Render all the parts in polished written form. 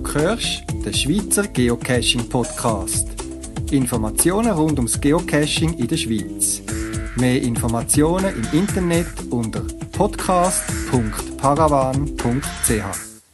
hörst den Schweizer Geocaching-Podcast. Informationen rund ums Geocaching in der Schweiz. Mehr Informationen im Internet unter podcast.paravan.ch.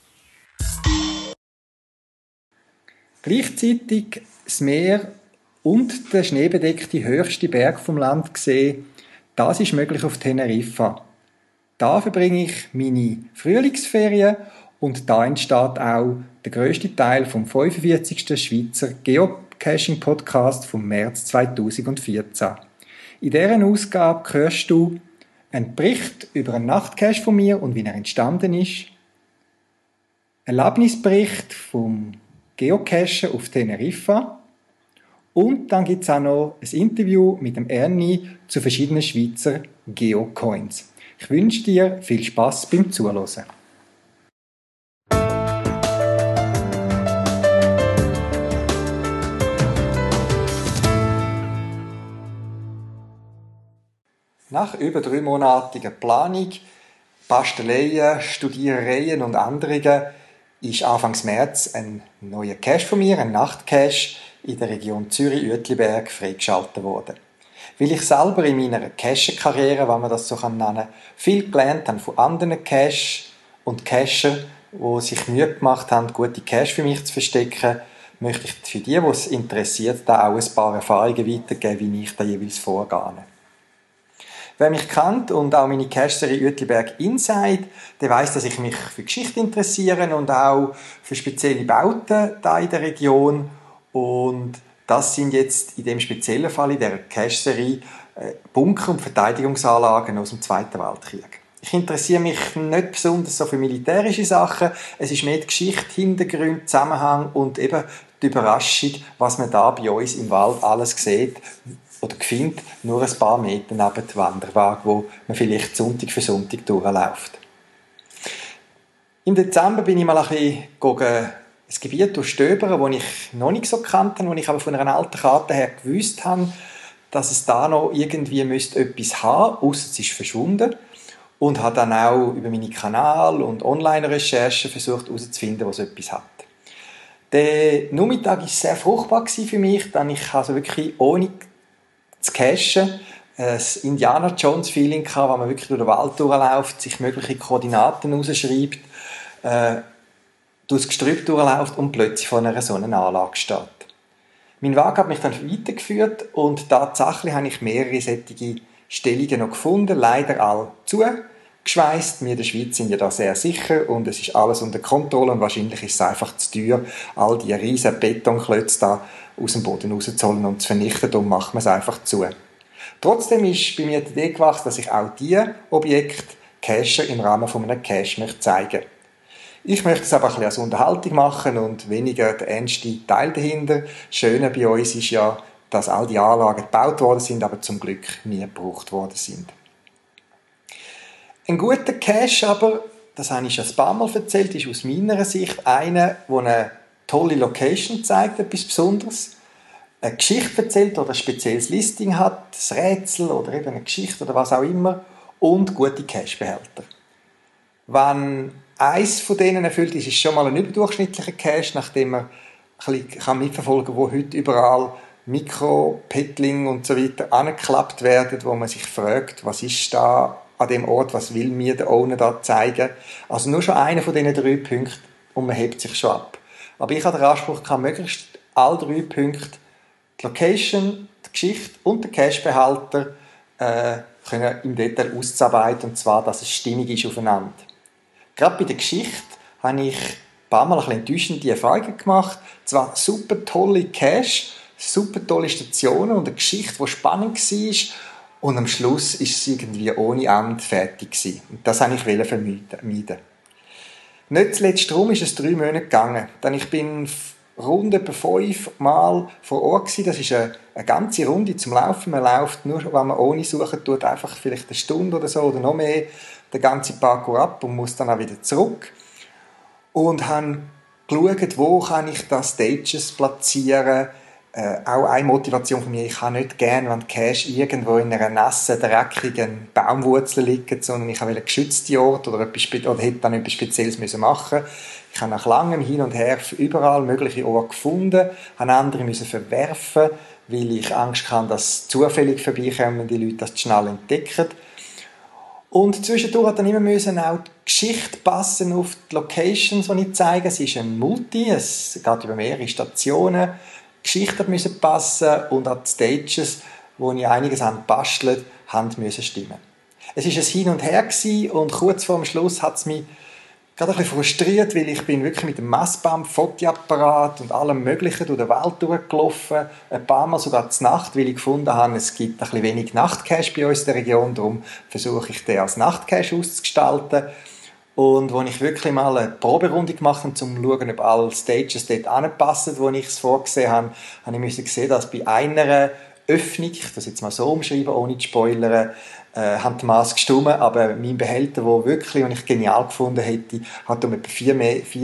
Gleichzeitig das Meer und der schneebedeckte höchste Berg vom Land sehen, das ist möglich auf Teneriffa. Da verbringe ich meine Frühlingsferien und da entsteht auch der grösste Teil vom 45. Schweizer Geocaching-Podcast vom März 2014. In dieser Ausgabe hörst du einen Bericht über einen Nachtcache von mir und wie er entstanden ist, einen Erlebnisbericht vom Geocachen auf Teneriffa und dann gibt es auch noch ein Interview mit dem Ernie zu verschiedenen Schweizer Geocoins. Ich wünsche dir viel Spass beim Zuhören. Nach über 3-monatiger Planung, Basteleien, Studiereien und Änderungen ist Anfang März ein neuer Cache von mir, ein Nachtcache in der Region Zürich-Uetliberg freigeschaltet worden. Weil ich selber in meiner Cacher-Karriere, wenn man das so nennen kann, viel gelernt habe von anderen Cache und Cacher, die sich Mühe gemacht haben, gute Cache für mich zu verstecken, möchte ich für die es interessiert, da auch ein paar Erfahrungen weitergeben, wie ich da jeweils vorgehe. Wer mich kennt und auch meine Cache-Serie Uetliberg Inside, der weiss, dass ich mich für Geschichte interessiere und auch für spezielle Bauten da in der Region. Und das sind jetzt in dem speziellen Fall in der Cache-Serie Bunker- und Verteidigungsanlagen aus dem Zweiten Weltkrieg. Ich interessiere mich nicht besonders so für militärische Sachen. Es ist mehr die Geschichte, Hintergrund, Zusammenhang und eben die Überraschung, was man da bei uns im Wald alles sieht oder findet, nur ein paar Meter neben der Wanderwaage, wo man vielleicht Sonntag für Sonntag durchläuft. Im Dezember bin ich mal ein bisschen ein Gebiet durchstöbern, das ich noch nicht so kannte, wo ich aber von einer alten Karte her gewusst habe, dass es da noch irgendwie etwas haben müsste, ausser es ist verschwunden. Und habe dann auch über meine Kanal- und Online-Recherchen versucht herauszufinden, was etwas hat. Der Nachmittag war sehr fruchtbar für mich, denn ich also wirklich ohne zu cachen ein Indiana-Jones-Feeling hatte, wo man wirklich durch den Wald durchläuft, sich mögliche Koordinaten rausschreibt, durchs Gestrüpp durchläuft und plötzlich vor einer so einer Anlage steht. Mein Weg hat mich dann weitergeführt und tatsächlich habe ich mehrere solche Stellungen noch gefunden, leider alle zugeschweisst. Wir in der Schweiz sind ja da sehr sicher und es ist alles unter Kontrolle und wahrscheinlich ist es einfach zu teuer, all die riesen Betonklötze da aus dem Boden rauszuholen und zu vernichten, darum macht man es einfach zu. Trotzdem ist bei mir die Idee gewachsen, dass ich auch diese Objekte Cacher im Rahmen von einem Cache zeigen möchte. Ich möchte es aber ein bisschen als Unterhaltung machen und weniger der ernste Teil dahinter. Das Schöne bei uns ist ja, dass all die Anlagen gebaut worden sind, aber zum Glück nie gebraucht worden sind. Ein guter Cache aber, das habe ich schon ein paar Mal erzählt, ist aus meiner Sicht einer, der eine tolle Location zeigt, etwas Besonderes, eine Geschichte erzählt oder ein spezielles Listing hat, ein Rätsel oder eben eine Geschichte oder was auch immer und gute Cache-Behälter. Wenn eins von denen erfüllt ist, ist es schon mal ein überdurchschnittlicher Cache, nachdem man ein bisschen mitverfolgen kann, wo heute überall Mikro-Petling und so weiter angeklappt werden, wo man sich fragt, was ist da an dem Ort, was will mir der Owner da zeigen. Also nur schon einer von diesen 3 Punkten und man hebt sich schon ab. Aber ich habe den Anspruch gehabt, möglichst alle 3 Punkte, die Location, die Geschichte und der Cache-Behälter können im Detail auszuarbeiten, und zwar, dass es stimmig ist aufeinander. Gerade bei der Geschichte habe ich ein paar Mal ein bisschen enttäuschende Erfahrungen gemacht. Zwar super tolle Cache, super tolle Stationen und eine Geschichte, die spannend war. Und am Schluss ist es irgendwie ohne Ende fertig gewesen. Und das wollte ich vermeiden. Nicht zuletzt darum ist es 3 Monate gegangen. Denn ich bin rund etwa 5 Mal vor Ort gewesen. Das ist eine ganze Runde zum Laufen. Man läuft nur, wenn man ohne suchen tut, einfach vielleicht eine Stunde oder so oder noch mehr den ganzen Parcours ab und muss dann auch wieder zurück. Und habe geschaut, wo kann ich da Stages platzieren, Auch eine Motivation von mir, ich habe nicht gerne, wenn die Cache irgendwo in einer nassen, dreckigen Baumwurzel liegen, sondern ich wollte einen geschützten Ort oder hätte dann etwas Spezielles machen müssen. Ich habe nach langem Hin und Her überall mögliche Orte gefunden, habe andere müssen verwerfen, weil ich Angst hatte, dass zufällig vorbeikommen, die Leute das schnell entdecken. Und zwischendurch hat dann immer müssen auch die Geschichte passen auf die Locations, die ich zeige. Es ist ein Multi, es geht über mehrere Stationen. Die Geschichte musste passen und auch die Stages, wo ich einiges bastelt mussten stimmen. Es war ein Hin und Her und kurz vor dem Schluss hat es mich gerade ein bisschen frustriert, weil ich bin wirklich mit dem Messband, Fotoapparat und allem Möglichen durch die Welt durchgelaufen. Ein paar Mal sogar zur Nacht, weil ich gefunden habe, es gibt ein bisschen wenig Nachtcache bei uns in der Region. Darum versuche ich, den als Nachtcache auszugestalten. Und als ich wirklich mal eine Proberunde gemacht habe, um zu schauen, ob alle Stages dort anpassen, wo ich es vorgesehen habe, habe ich gesehen, dass bei einer Öffnung, ich das jetzt mal so umschreiben, ohne zu spoilern, haben die Maße gestimmt, aber mein Behälter, der wirklich, und ich genial gefunden hätte, hat um etwa 3-4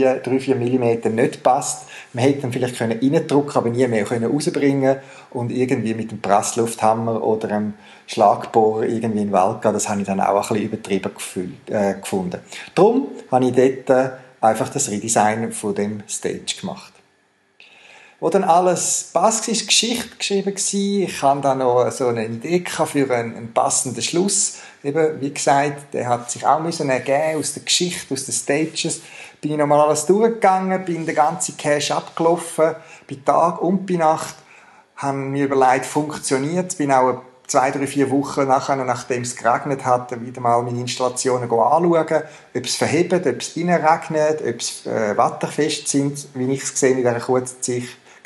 mm nicht gepasst. Man hätte ihn vielleicht reindrücken, aber nie mehr rausbringen und irgendwie mit einem Presslufthammer oder einem Schlagbohrer irgendwie in den Wald gehen. Das habe ich dann auch ein bisschen übertrieben gefunden. Darum habe ich dort einfach das Redesign von dem Stage gemacht. Wo dann alles passt, war die Geschichte geschrieben. Ich hatte dann noch so eine Idee für einen passenden Schluss. Eben, wie gesagt, der hat sich auch ergeben aus der Geschichte, aus den Stages. Bin ich nochmal alles durchgegangen, bin den ganzen Cache abgelaufen, bei Tag und bei Nacht. Habe mir überlegt, funktioniert. Bin auch 2, 3, 4 Wochen nachdem es geregnet hat, wieder mal meine Installationen anschauen, ob es verhebt, ob es reinregnet, ob es wasserfest sind, wie ich es gesehen in dieser kurzen Zeit.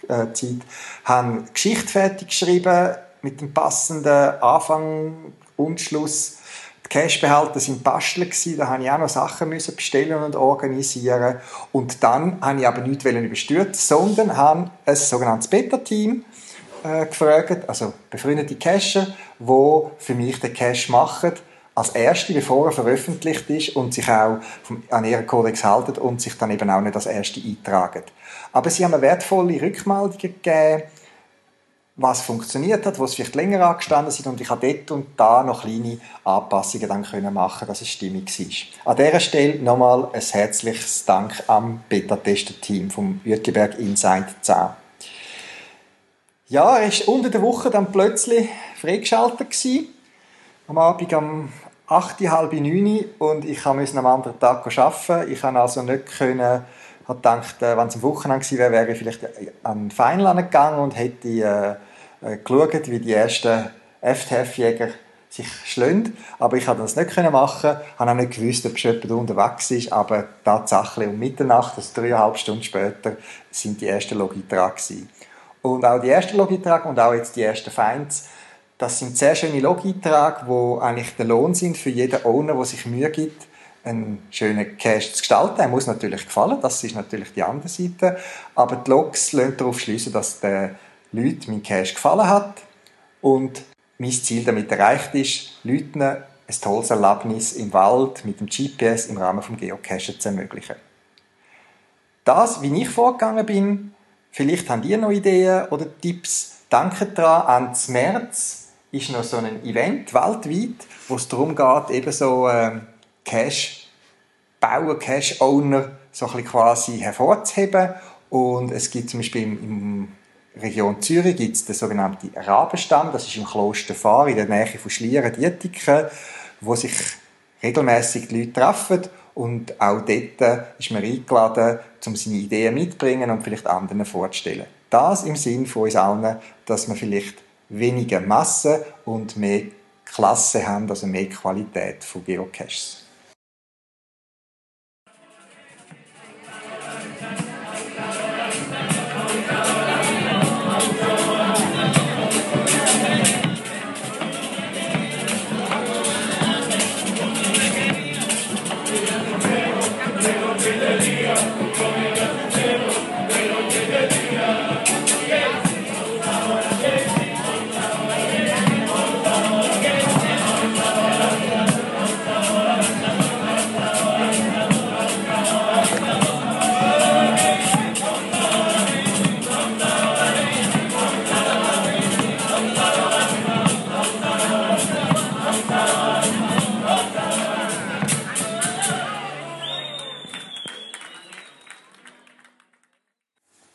Habe Geschichte fertig geschrieben mit dem passenden Anfang und Schluss. Die Cache-Behälter waren Basteln, da musste ich auch noch Sachen bestellen und organisieren. Und dann wollte ich aber nichts überstürzen, sondern habe ein sogenanntes Beta-Team gefragt, also befreundete Cacher, die für mich den Cache machen, als Erste, bevor er veröffentlicht ist und sich auch an ihren Kodex halten und sich dann eben auch nicht als Erste eintragen. Aber sie haben mir wertvolle Rückmeldungen gegeben, was funktioniert hat, wo es vielleicht länger angestanden sind und ich habe dort und da noch kleine Anpassungen dann machen, dass es stimmig war. An dieser Stelle nochmal ein herzliches Dank am Beta-Tester-Team vom Uetliberg Insight 10. Ja, er war unter der Woche dann plötzlich freigeschaltet gewesen. Am Abend um 8, halb 9 und ich musste am anderen Tag arbeiten. Ich konnte also nicht habe gedacht, wenn es am Wochenende gewesen wäre, wäre ich vielleicht an den Final gegangen und hätte geschaut, wie die ersten FTF-Jäger sich schlönd. Aber ich konnte das nicht machen. Ich habe auch nicht gewusst, ob jemand unterwegs ist. Aber tatsächlich um Mitternacht, also 3,5 Stunden später, sind die ersten Logiträge gewesen. Und auch die ersten Logiträge und auch jetzt die ersten Finds, das sind sehr schöne Logiträge, die eigentlich der Lohn sind für jeden Owner, der sich Mühe gibt, einen schönen Cache zu gestalten. Er muss natürlich gefallen, das ist natürlich die andere Seite. Aber die Logs lassen darauf schliessen, dass den Leuten mein Cache gefallen hat und mein Ziel damit erreicht ist, Leuten ein tolles Erlebnis im Wald mit dem GPS im Rahmen des Geocachen zu ermöglichen. Das, wie ich vorgegangen bin, vielleicht habt ihr noch Ideen oder Tipps. Denkt daran, Ende März ist noch so ein Event weltweit, wo es darum geht, eben so Cache-Bauer, Cache-Owner so ein bisschen quasi hervorzuheben. Und es gibt zum Beispiel in der Region Zürich gibt's den sogenannten Rabenstamm, das ist im Kloster Fahr in der Nähe von Schlieren-Dietiken, wo sich regelmäßig die Leute treffen. Und auch dort ist man eingeladen, um seine Ideen mitzubringen und vielleicht anderen vorzustellen. Das im Sinn von uns allen, dass wir vielleicht weniger Masse und mehr Klasse haben, also mehr Qualität von Geocaches.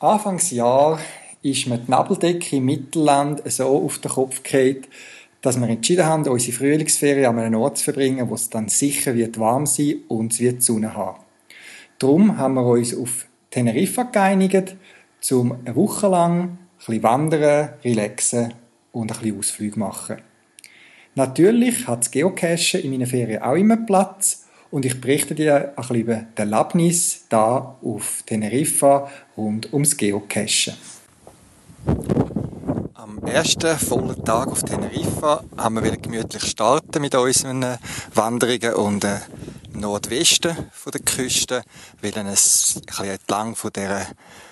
Anfangsjahr ist mir die Nabeldecke im Mittelland so auf den Kopf gefallen, dass wir entschieden haben, unsere Frühlingsferien an einem Ort zu verbringen, wo es dann sicher wird warm sein und es wird Sonne haben. Darum haben wir uns auf Teneriffa geeinigt, um eine Woche lang ein bisschen wandern, relaxen und ein bisschen Ausflüge machen. Natürlich hat das Geocachen in meinen Ferien auch immer Platz und ich berichte dir ein bisschen über die Erlebnis hier auf Teneriffa rund ums Geocachen. Am ersten vollen Tag auf Teneriffa haben wir wieder gemütlich starten mit unseren Wanderungen und im Nordwesten der Küste, wollen ein bisschen entlang von dieser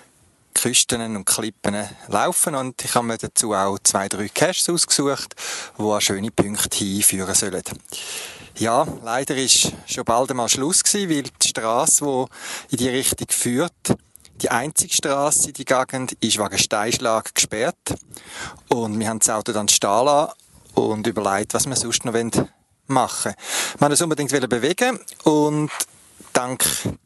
Küsten und Klippen laufen und ich habe mir dazu auch 2-3 Caches ausgesucht, die an schöne Punkte hinführen sollen. Ja, leider ist schon bald einmal Schluss gewesen, weil die Strasse, die in die Richtung führt, die einzige Strasse in die Gegend, ist wegen Steinschlag gesperrt und wir haben das Auto dann stehen lassen und überlegt, was wir sonst noch machen wollen. Wir wollten es unbedingt bewegen und dank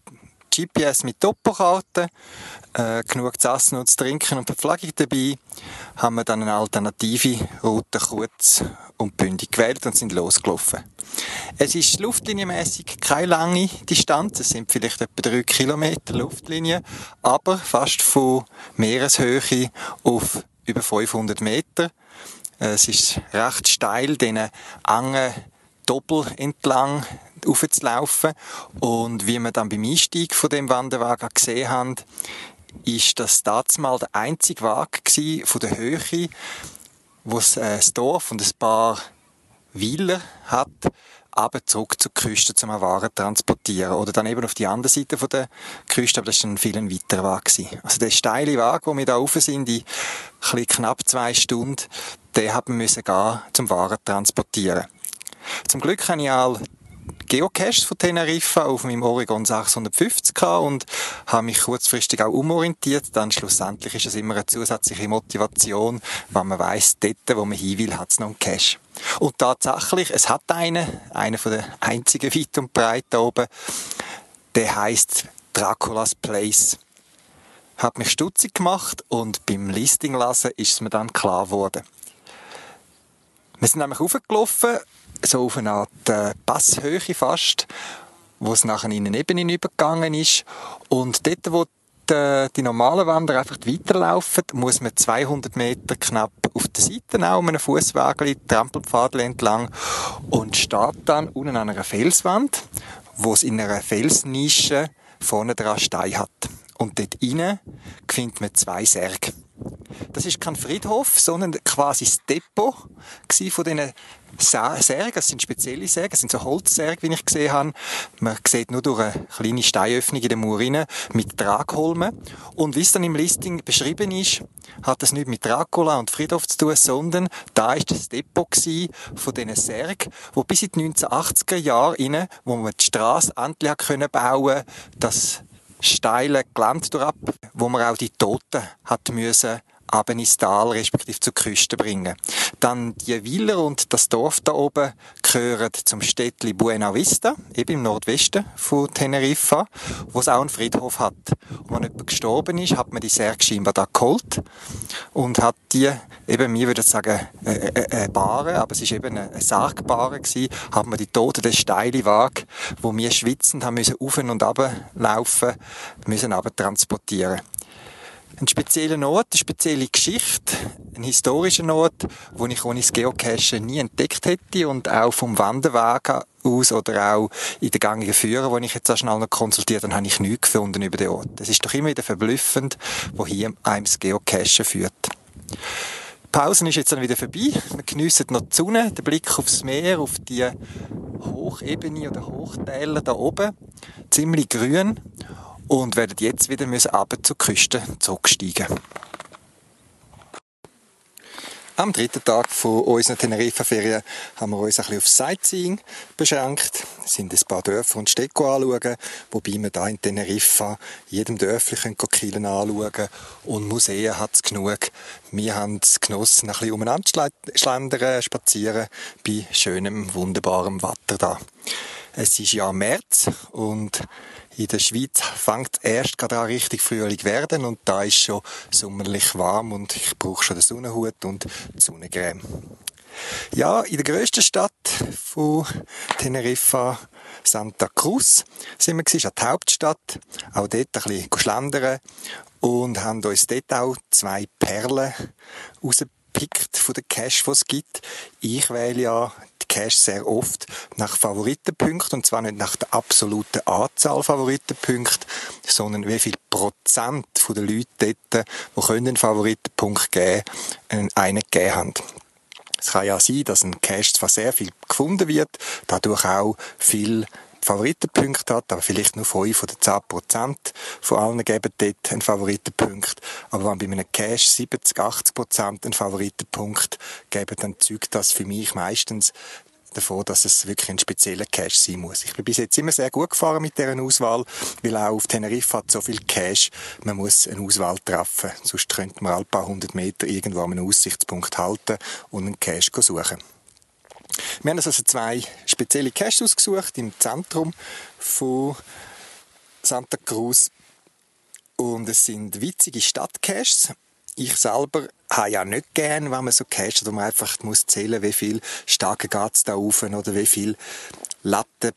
GPS mit Topokarte, genug zu essen und zu trinken und Verpflegung dabei, haben wir dann eine alternative Route kurz und bündig gewählt und sind losgelaufen. Es ist luftlinienmässig keine lange Distanz, es sind vielleicht etwa 3 Kilometer Luftlinie, aber fast von Meereshöhe auf über 500 Meter. Es ist recht steil, diesen engen Doppel entlang aufzulaufen. Und wie wir dann beim Einstieg von dem Wanderwagen gesehen haben, ist das damals der einzige Wagen von der Höhe, wo es das Dorf und ein paar Weiler hat, aber zurück zur Küste zum Waren transportieren. Oder dann eben auf die andere Seite der Küste, aber das war dann viel ein weiterer Wagen. Also der steile Wagen, wo wir da rauf sind, in knapp 2 Stunden, den haben wir müssen gehen, zum Waren transportieren. Zum Glück habe ich alle Geocaches von Teneriffa auf meinem Oregon 650 und habe mich kurzfristig auch umorientiert. Dann schlussendlich ist es immer eine zusätzliche Motivation, wenn man weiss, dort, wo man hin will, hat es noch einen Cache. Und tatsächlich, es hat einer von den einzigen weit und breit da oben, der heisst Dracula's Place. Hat mich stutzig gemacht und beim Listing lesen ist es mir dann klar geworden. Wir sind nämlich raufgelaufen, so auf eine Art Passhöhe fast, wo es nachher in eine Ebene übergegangen ist. Und dort, wo die normalen Wanderer einfach weiterlaufen, muss man 200 Meter knapp auf der Seite auch um einen Fussweg, Trampelpfad entlang und steht dann unten an einer Felswand, wo es in einer Felsnische vorne dran Stein hat. Und dort rein findet man 2 Särge. Das ist kein Friedhof, sondern quasi das Depot von diesen Särgen. Das sind spezielle Särge, das sind so Holzsärge, wie ich gesehen habe. Man sieht nur durch eine kleine Steinöffnung in der Mauer rein, mit Tragholmen. Und wie es dann im Listing beschrieben ist, hat das nicht mit Dracula und Friedhof zu tun, sondern da ist das Depot von diesen Särgen, wo bis in die 1980er Jahre rein, wo man die Strasse endlich bauen konnte, das steile Gelände durchab, wo man auch die Toten hat müssen ab ins Tal, respektive zur Küste bringen. Dann die Villa und das Dorf da oben gehören zum Städtli Buena Vista, eben im Nordwesten von Teneriffa, wo es auch einen Friedhof hat. Und wenn jemand gestorben ist, hat man die Särge scheinbar da geholt und hat die, eben, wir würden sagen, Bahre, aber es ist eben eine Sargbahre gewesen, hat man die Toten, den steile Weg, wo wir schwitzend haben müssen auf und runter laufen, müssen aber transportieren. Ein spezieller Ort, eine spezielle Geschichte, ein historischer Ort, den ich ohne das Geocachen nie entdeckt hätte und auch vom Wanderweg aus oder auch in den gängigen Führern, die ich jetzt auch schnell noch konsultiert habe, habe ich nichts gefunden über den Ort. Es ist doch immer wieder verblüffend, wohin einem das Geocachen führt. Die Pause ist jetzt dann wieder vorbei. Wir geniessen noch die Sonne, den Blick aufs Meer, auf die Hochebene oder Hochtäler da oben. Ziemlich grün. Und werden jetzt wieder runter zur Küste zurücksteigen. Am 3. Tag von unseren Teneriffa-Ferien haben wir uns ein bisschen auf Sightseeing beschränkt. Wir sind ein paar Dörfer und Städte anschauen, wobei wir hier in Teneriffa jedem Dörfli Kielen anschauen und Museen hat es genug. Wir haben es genossen, ein bisschen umeinander zu schlendern, spazieren bei schönem, wunderbarem Wetter da. Es ist ja März und In der Schweiz fängt erst gerade an richtig Frühling werden und da ist schon sommerlich warm und ich brauche schon den Sonnenhut und die Sonnencreme. Ja, in der grössten Stadt von Teneriffa, Santa Cruz, sind wir, ist die Hauptstadt. Auch dort ein bisschen schlendern und haben uns dort auch 2 Perlen rausgepickt von den Caches, die es gibt. Ich wähle ja die Caches sehr oft nach Favoritenpunkten, und zwar nicht nach der absoluten Anzahl Favoritenpunkte, sondern wie viel Prozent der Leute dort, die einen Favoritenpunkt geben können, einen gegeben haben. Es kann ja sein, dass ein Cache zwar sehr viel gefunden wird, dadurch auch viel Favoritenpunkte hat, aber vielleicht nur 5 oder 10% von allen geben dort einen Favoritenpunkt. Aber wenn bei einem Cache 70-80% einen Favoritenpunkt geben, dann zeugt das für mich meistens davon, dass es wirklich ein spezieller Cache sein muss. Ich bin bis jetzt immer sehr gut gefahren mit dieser Auswahl, weil auch auf Teneriffa hat so viel Cache, man muss eine Auswahl treffen. Sonst könnte man ein paar hundert Meter irgendwo an einem Aussichtspunkt halten und einen Cache suchen. Wir haben also 2 spezielle Caches ausgesucht im Zentrum von Santa Cruz. Und es sind witzige Stadtcaches. Ich selber habe ja nicht gern, wenn man so Caches, wo man einfach zählen muss, wie viel Stege geht es da rauf oder wie viel Latten,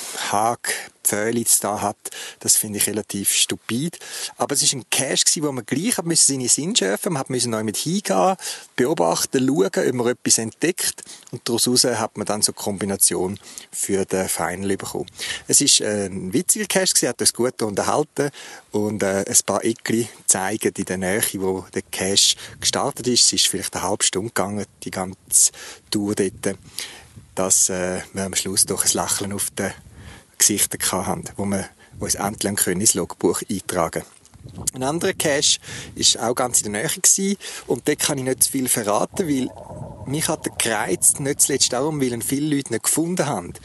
Pfähle es da hat. Das finde ich relativ stupid. Aber es war ein Cache, wo man gleich seine Sinn schärfen musste. Man musste neu mit hingehen, beobachten, schauen, ob man etwas entdeckt. Und daraus hat man dann so eine Kombination für den Final bekommen. Es war ein witziger Cache, hat uns gut unterhalten. Und ein paar Eckli zeigen in der Nähe, wo der Cache gestartet ist. Es ist vielleicht eine halbe Stunde gegangen, die ganze Tour dort, dass wir am Schluss doch ein Lächeln auf den Gesichtern hatten, wo wir uns endlich ins Logbuch eintragen können. Ein anderer Cache war auch ganz in der Nähe gewesen, und dort kann ich nicht zu viel verraten, weil mich hat der gereizt, nicht zuletzt darum, weil ihn viele Leute nicht gefunden haben.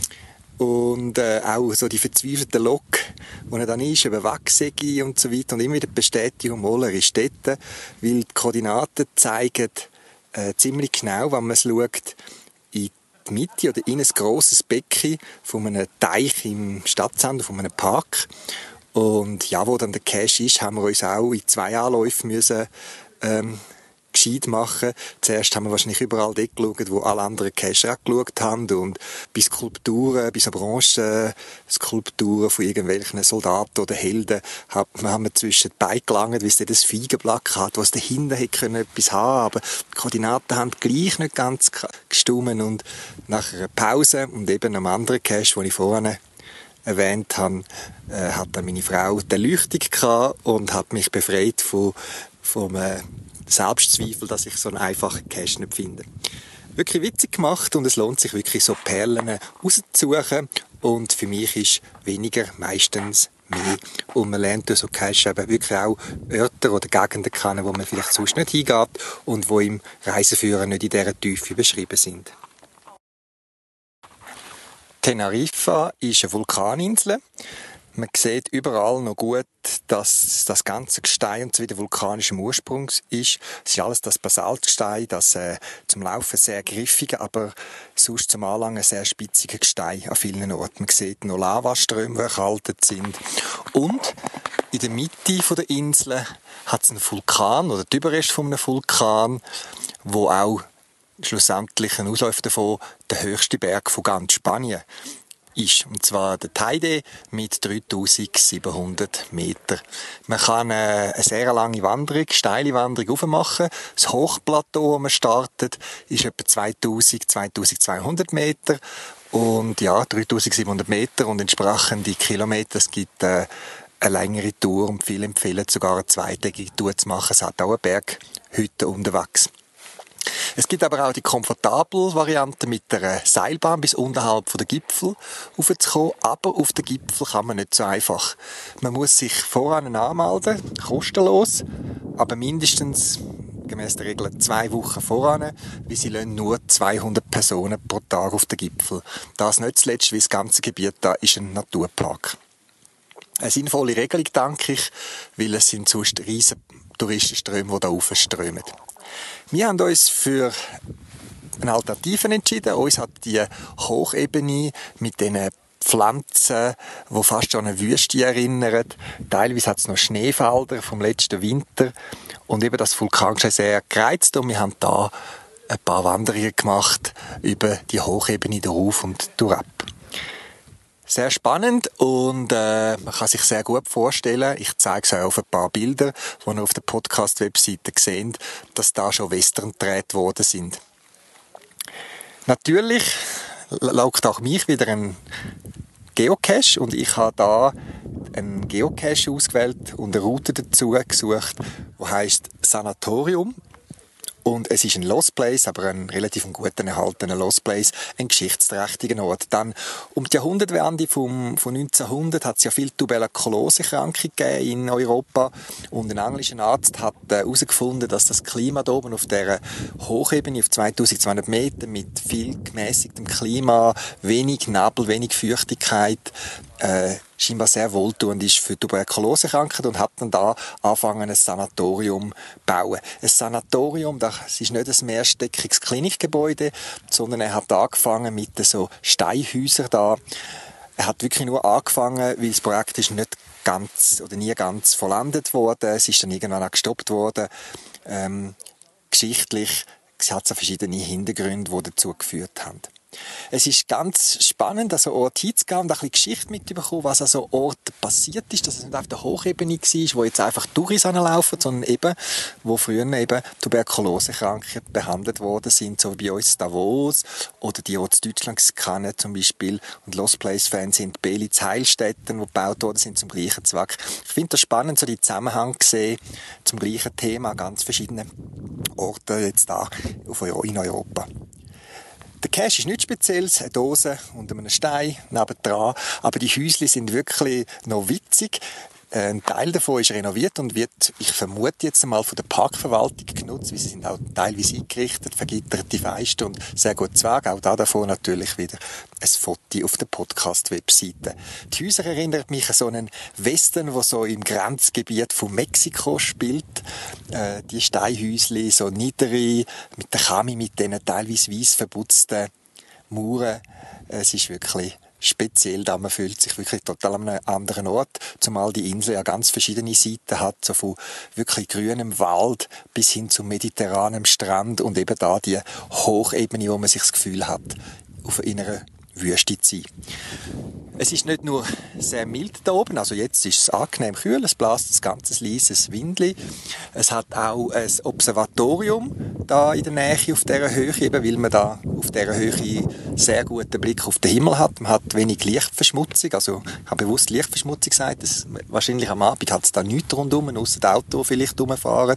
Und auch so die verzweifelte Lok, wo er dann ist, über Wachsäge und so weiter, und immer wieder die Bestätigung, er ist dort, weil die Koordinaten zeigen ziemlich genau, wenn man es schaut, in die Mitte oder in ein grosses Becken von einem Teich im Stadtzentrum, von einem Park. Und ja, wo dann der Cache ist, haben wir uns auch in 2 Anläufen müssen, gescheit machen. Zuerst haben wir wahrscheinlich überall dort geschaut, wo alle anderen Cacher auch geschaut haben, und bei Skulpturen, bei so Bronzenskulpturen von irgendwelchen Soldaten oder Helden haben wir zwischen die Beine gelangt, weil es dort ein Feigenblatt hat, was dahinter hätte können etwas haben, aber die Koordinaten haben gleich nicht ganz gestimmt, und nach einer Pause und eben einem anderen Cache, den ich vorhin erwähnt habe, hat dann meine Frau die Erleuchtung gehabt und hat mich befreit vom Selbstzweifel, dass ich so einen einfachen Cache nicht finde. Wirklich witzig gemacht, und es lohnt sich wirklich, so Perlen rauszusuchen, und für mich ist weniger meistens mehr, und man lernt durch so Cache eben wirklich auch Orte oder Gegenden kennen, wo man vielleicht sonst nicht hingeht und wo im Reiseführer nicht in dieser Tiefe beschrieben sind. Teneriffa ist eine Vulkaninsel. Man sieht überall noch gut, dass das ganze Gestein und so wieder vulkanischem Ursprung ist. Es ist alles das Basaltgestein, das zum Laufen sehr griffige, aber sonst zum Anlangen sehr spitzige Gestein an vielen Orten. Man sieht noch Lavaströme, die erkaltet sind. Und in der Mitte der Insel hat es einen Vulkan oder die Überreste von einem Vulkan, wo auch schlussendlich ein Ausläufer davon der höchste Berg von ganz Spanien ist. Und zwar der Teide mit 3700 Meter. Man kann eine sehr lange Wanderung, steile Wanderung aufmachen. Das Hochplateau, wo man startet, ist etwa 2200 Meter. Und ja, 3700 Meter und entsprechende Kilometer. Es gibt eine längere Tour, und viele empfehlen sogar eine zweitägige Tour zu machen. Es hat auch eine Berghütte unterwegs. Es gibt aber auch die komfortable Variante mit der Seilbahn bis unterhalb der Gipfel raufzukommen. Aber auf den Gipfel kann man nicht so einfach. Man muss sich voran anmelden, kostenlos, aber mindestens gemäss der Regel 2 Wochen voran, weil sie lassen nur 200 Personen pro Tag auf den Gipfel. Das nicht zuletzt, weil das ganze Gebiet da ist ein Naturpark. Eine sinnvolle Regelung, denke ich, weil es sind sonst riesige Touristenströme, die da raufströmen. Wir haben uns für eine Alternative entschieden. Uns hat die Hochebene mit diesen Pflanzen, die fast an eine Wüste erinnern. Teilweise hat es noch Schneefelder vom letzten Winter. Und eben das Vulkangestein sehr gereizt. Und wir haben da ein paar Wanderungen gemacht über die Hochebene drauf und durchab. Sehr spannend und man kann sich sehr gut vorstellen, ich zeige es euch auf ein paar Bilder, die ihr auf der Podcast-Webseite seht, dass da schon Western gedreht worden sind. Natürlich lockt auch mich wieder ein Geocache und ich habe da einen Geocache ausgewählt und eine Route dazu gesucht, die heisst Sanatorium. Und es ist ein Lost Place, aber ein relativ gut erhaltener Lost Place, ein geschichtsträchtiger Ort. Dann um die Jahrhundertwende von 1900 hat es ja viel Tuberkulosekrankungen gegeben in Europa und ein englischer Arzt hat herausgefunden, dass das Klima da oben auf dieser Hochebene auf 2200 Meter mit viel gemäßigtem Klima, wenig Nebel, wenig Feuchtigkeit scheinbar sehr wohltuend ist für Tuberkulosekranken und hat dann da angefangen, ein Sanatorium zu bauen. Ein Sanatorium, das ist nicht ein mehrstöckiges Klinikgebäude, sondern er hat angefangen mit so Steinhäusern da. Er hat wirklich nur angefangen, weil das Projekt ist nicht ganz oder nie ganz vollendet worden. Es ist dann irgendwann auch gestoppt worden. Geschichtlich hat es verschiedene Hintergründe, die dazu geführt haben. Es ist ganz spannend, an so einen Ort hinzugehen und ein bisschen Geschichte mitzubekommen, was an so einem Ort passiert ist, dass es nicht auf der Hochebene war, wo jetzt einfach Touris anlaufen, sondern eben, wo früher eben Tuberkulosekranke behandelt worden sind, so wie bei uns Davos oder die auch in Deutschland kennen, zum Beispiel, und Lost Place-Fans sind Belitz Heilstätten, die gebaut worden sind zum gleichen Zweck. Ich finde das spannend, so die Zusammenhang gesehen zum gleichen Thema, ganz verschiedene Orte jetzt da in Europa. Der Cache ist nichts Spezielles, eine Dose unter einem Stein nebendran, aber die Häuschen sind wirklich noch witzig. Ein Teil davon ist renoviert und wird, ich vermute jetzt einmal, von der Parkverwaltung genutzt, weil sie sind auch teilweise eingerichtet, vergitterte Fenster und sehr gut Zweig. Auch davon natürlich wieder ein Foto auf der Podcast-Webseite. Die Häuser erinnern mich an so einen Western, der so im Grenzgebiet von Mexiko spielt. Die Steinhäuschen, so niedere, mit der Chami, mit diesen teilweise weiss verputzten Mauern. Es ist wirklich speziell da, man fühlt sich wirklich total an einem anderen Ort, zumal die Insel ja ganz verschiedene Seiten hat, so von wirklich grünem Wald bis hin zum mediterranen Strand und eben da die Hochebene, wo man sich das Gefühl hat, in einer Wüste zu sein. Es ist nicht nur sehr mild da oben, also jetzt ist es angenehm kühl, es bläst ein ganzes leises Windli. Es hat auch ein Observatorium da in der Nähe auf dieser Höhe, eben weil man da auf dieser Höhe sehr guten Blick auf den Himmel hat. Man hat wenig Lichtverschmutzung, also ich habe bewusst Lichtverschmutzung gesagt, wahrscheinlich am Abend hat es da nichts rundherum, ausser das Auto vielleicht rumfahren.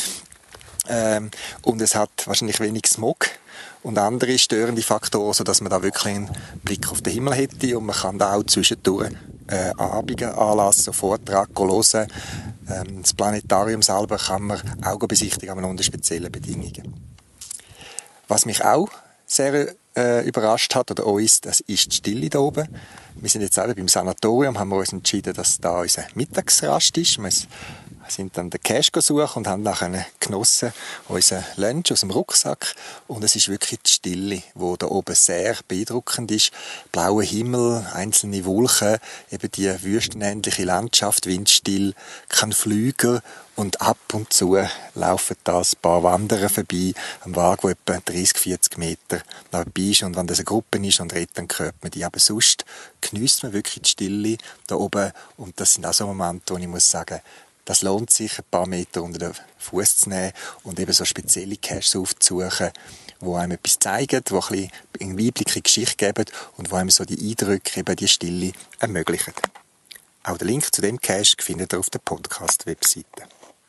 Und es hat wahrscheinlich wenig Smog und andere störende Faktoren, sodass man da wirklich einen Blick auf den Himmel hätte und man kann da auch zwischendurch Abende anlassen, so Vortrag hören. Das Planetarium selber kann man auch besichtigen, aber unter speziellen Bedingungen. Was mich auch sehr überrascht hat, oder uns, das ist die Stille da oben. Wir sind jetzt eben beim Sanatorium, haben wir uns entschieden, dass da unser Mittagsrast ist. Wir sind dann den Cache gesucht und haben nachher genossen, unseren Lunch aus dem Rucksack. Und es ist wirklich die Stille, die da oben sehr beeindruckend ist. Blauer Himmel, einzelne Wolken, eben die wüstenähnliche Landschaft, windstill, kein Flüger. Und ab und zu laufen da ein paar Wanderer vorbei, am Weg, der etwa 30, 40 Meter dabei ist. Und wenn das eine Gruppe ist und redet, dann hört man die. Aber sonst geniesst man wirklich die Stille da oben. Und das sind auch so Momente, wo ich muss sagen, das lohnt sich, ein paar Meter unter den Fuß zu nehmen und eben so spezielle Caches aufzusuchen, die einem etwas zeigen, die ein bisschen einen Einblick in die Geschichte geben und die einem so die Eindrücke, eben die Stille ermöglichen. Auch den Link zu dem Cache findet ihr auf der Podcast-Webseite.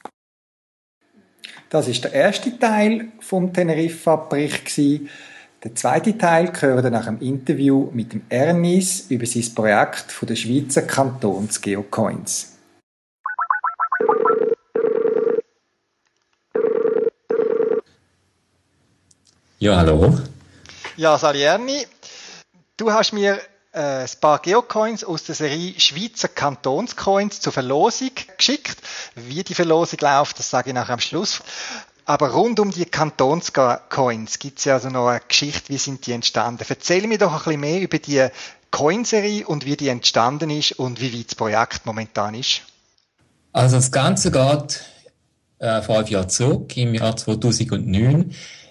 Das ist der erste Teil vom Teneriffa-Bericht. Der zweite Teil gehört nach einem Interview mit dem Ernis über sein Projekt von der Schweizer Kantons Geocoins. Ja, hallo. Ja, Salierni, du hast mir ein paar Geocoins aus der Serie Schweizer Kantonscoins zur Verlosung geschickt. Wie die Verlosung läuft, das sage ich nachher am Schluss. Aber rund um die Kantonscoins gibt es ja also noch eine Geschichte, wie sind die entstanden. Erzähl mir doch ein bisschen mehr über die Coinserie und wie die entstanden ist und wie weit das Projekt momentan ist? Also das Ganze geht 5 Jahre zurück. Im Jahr 2009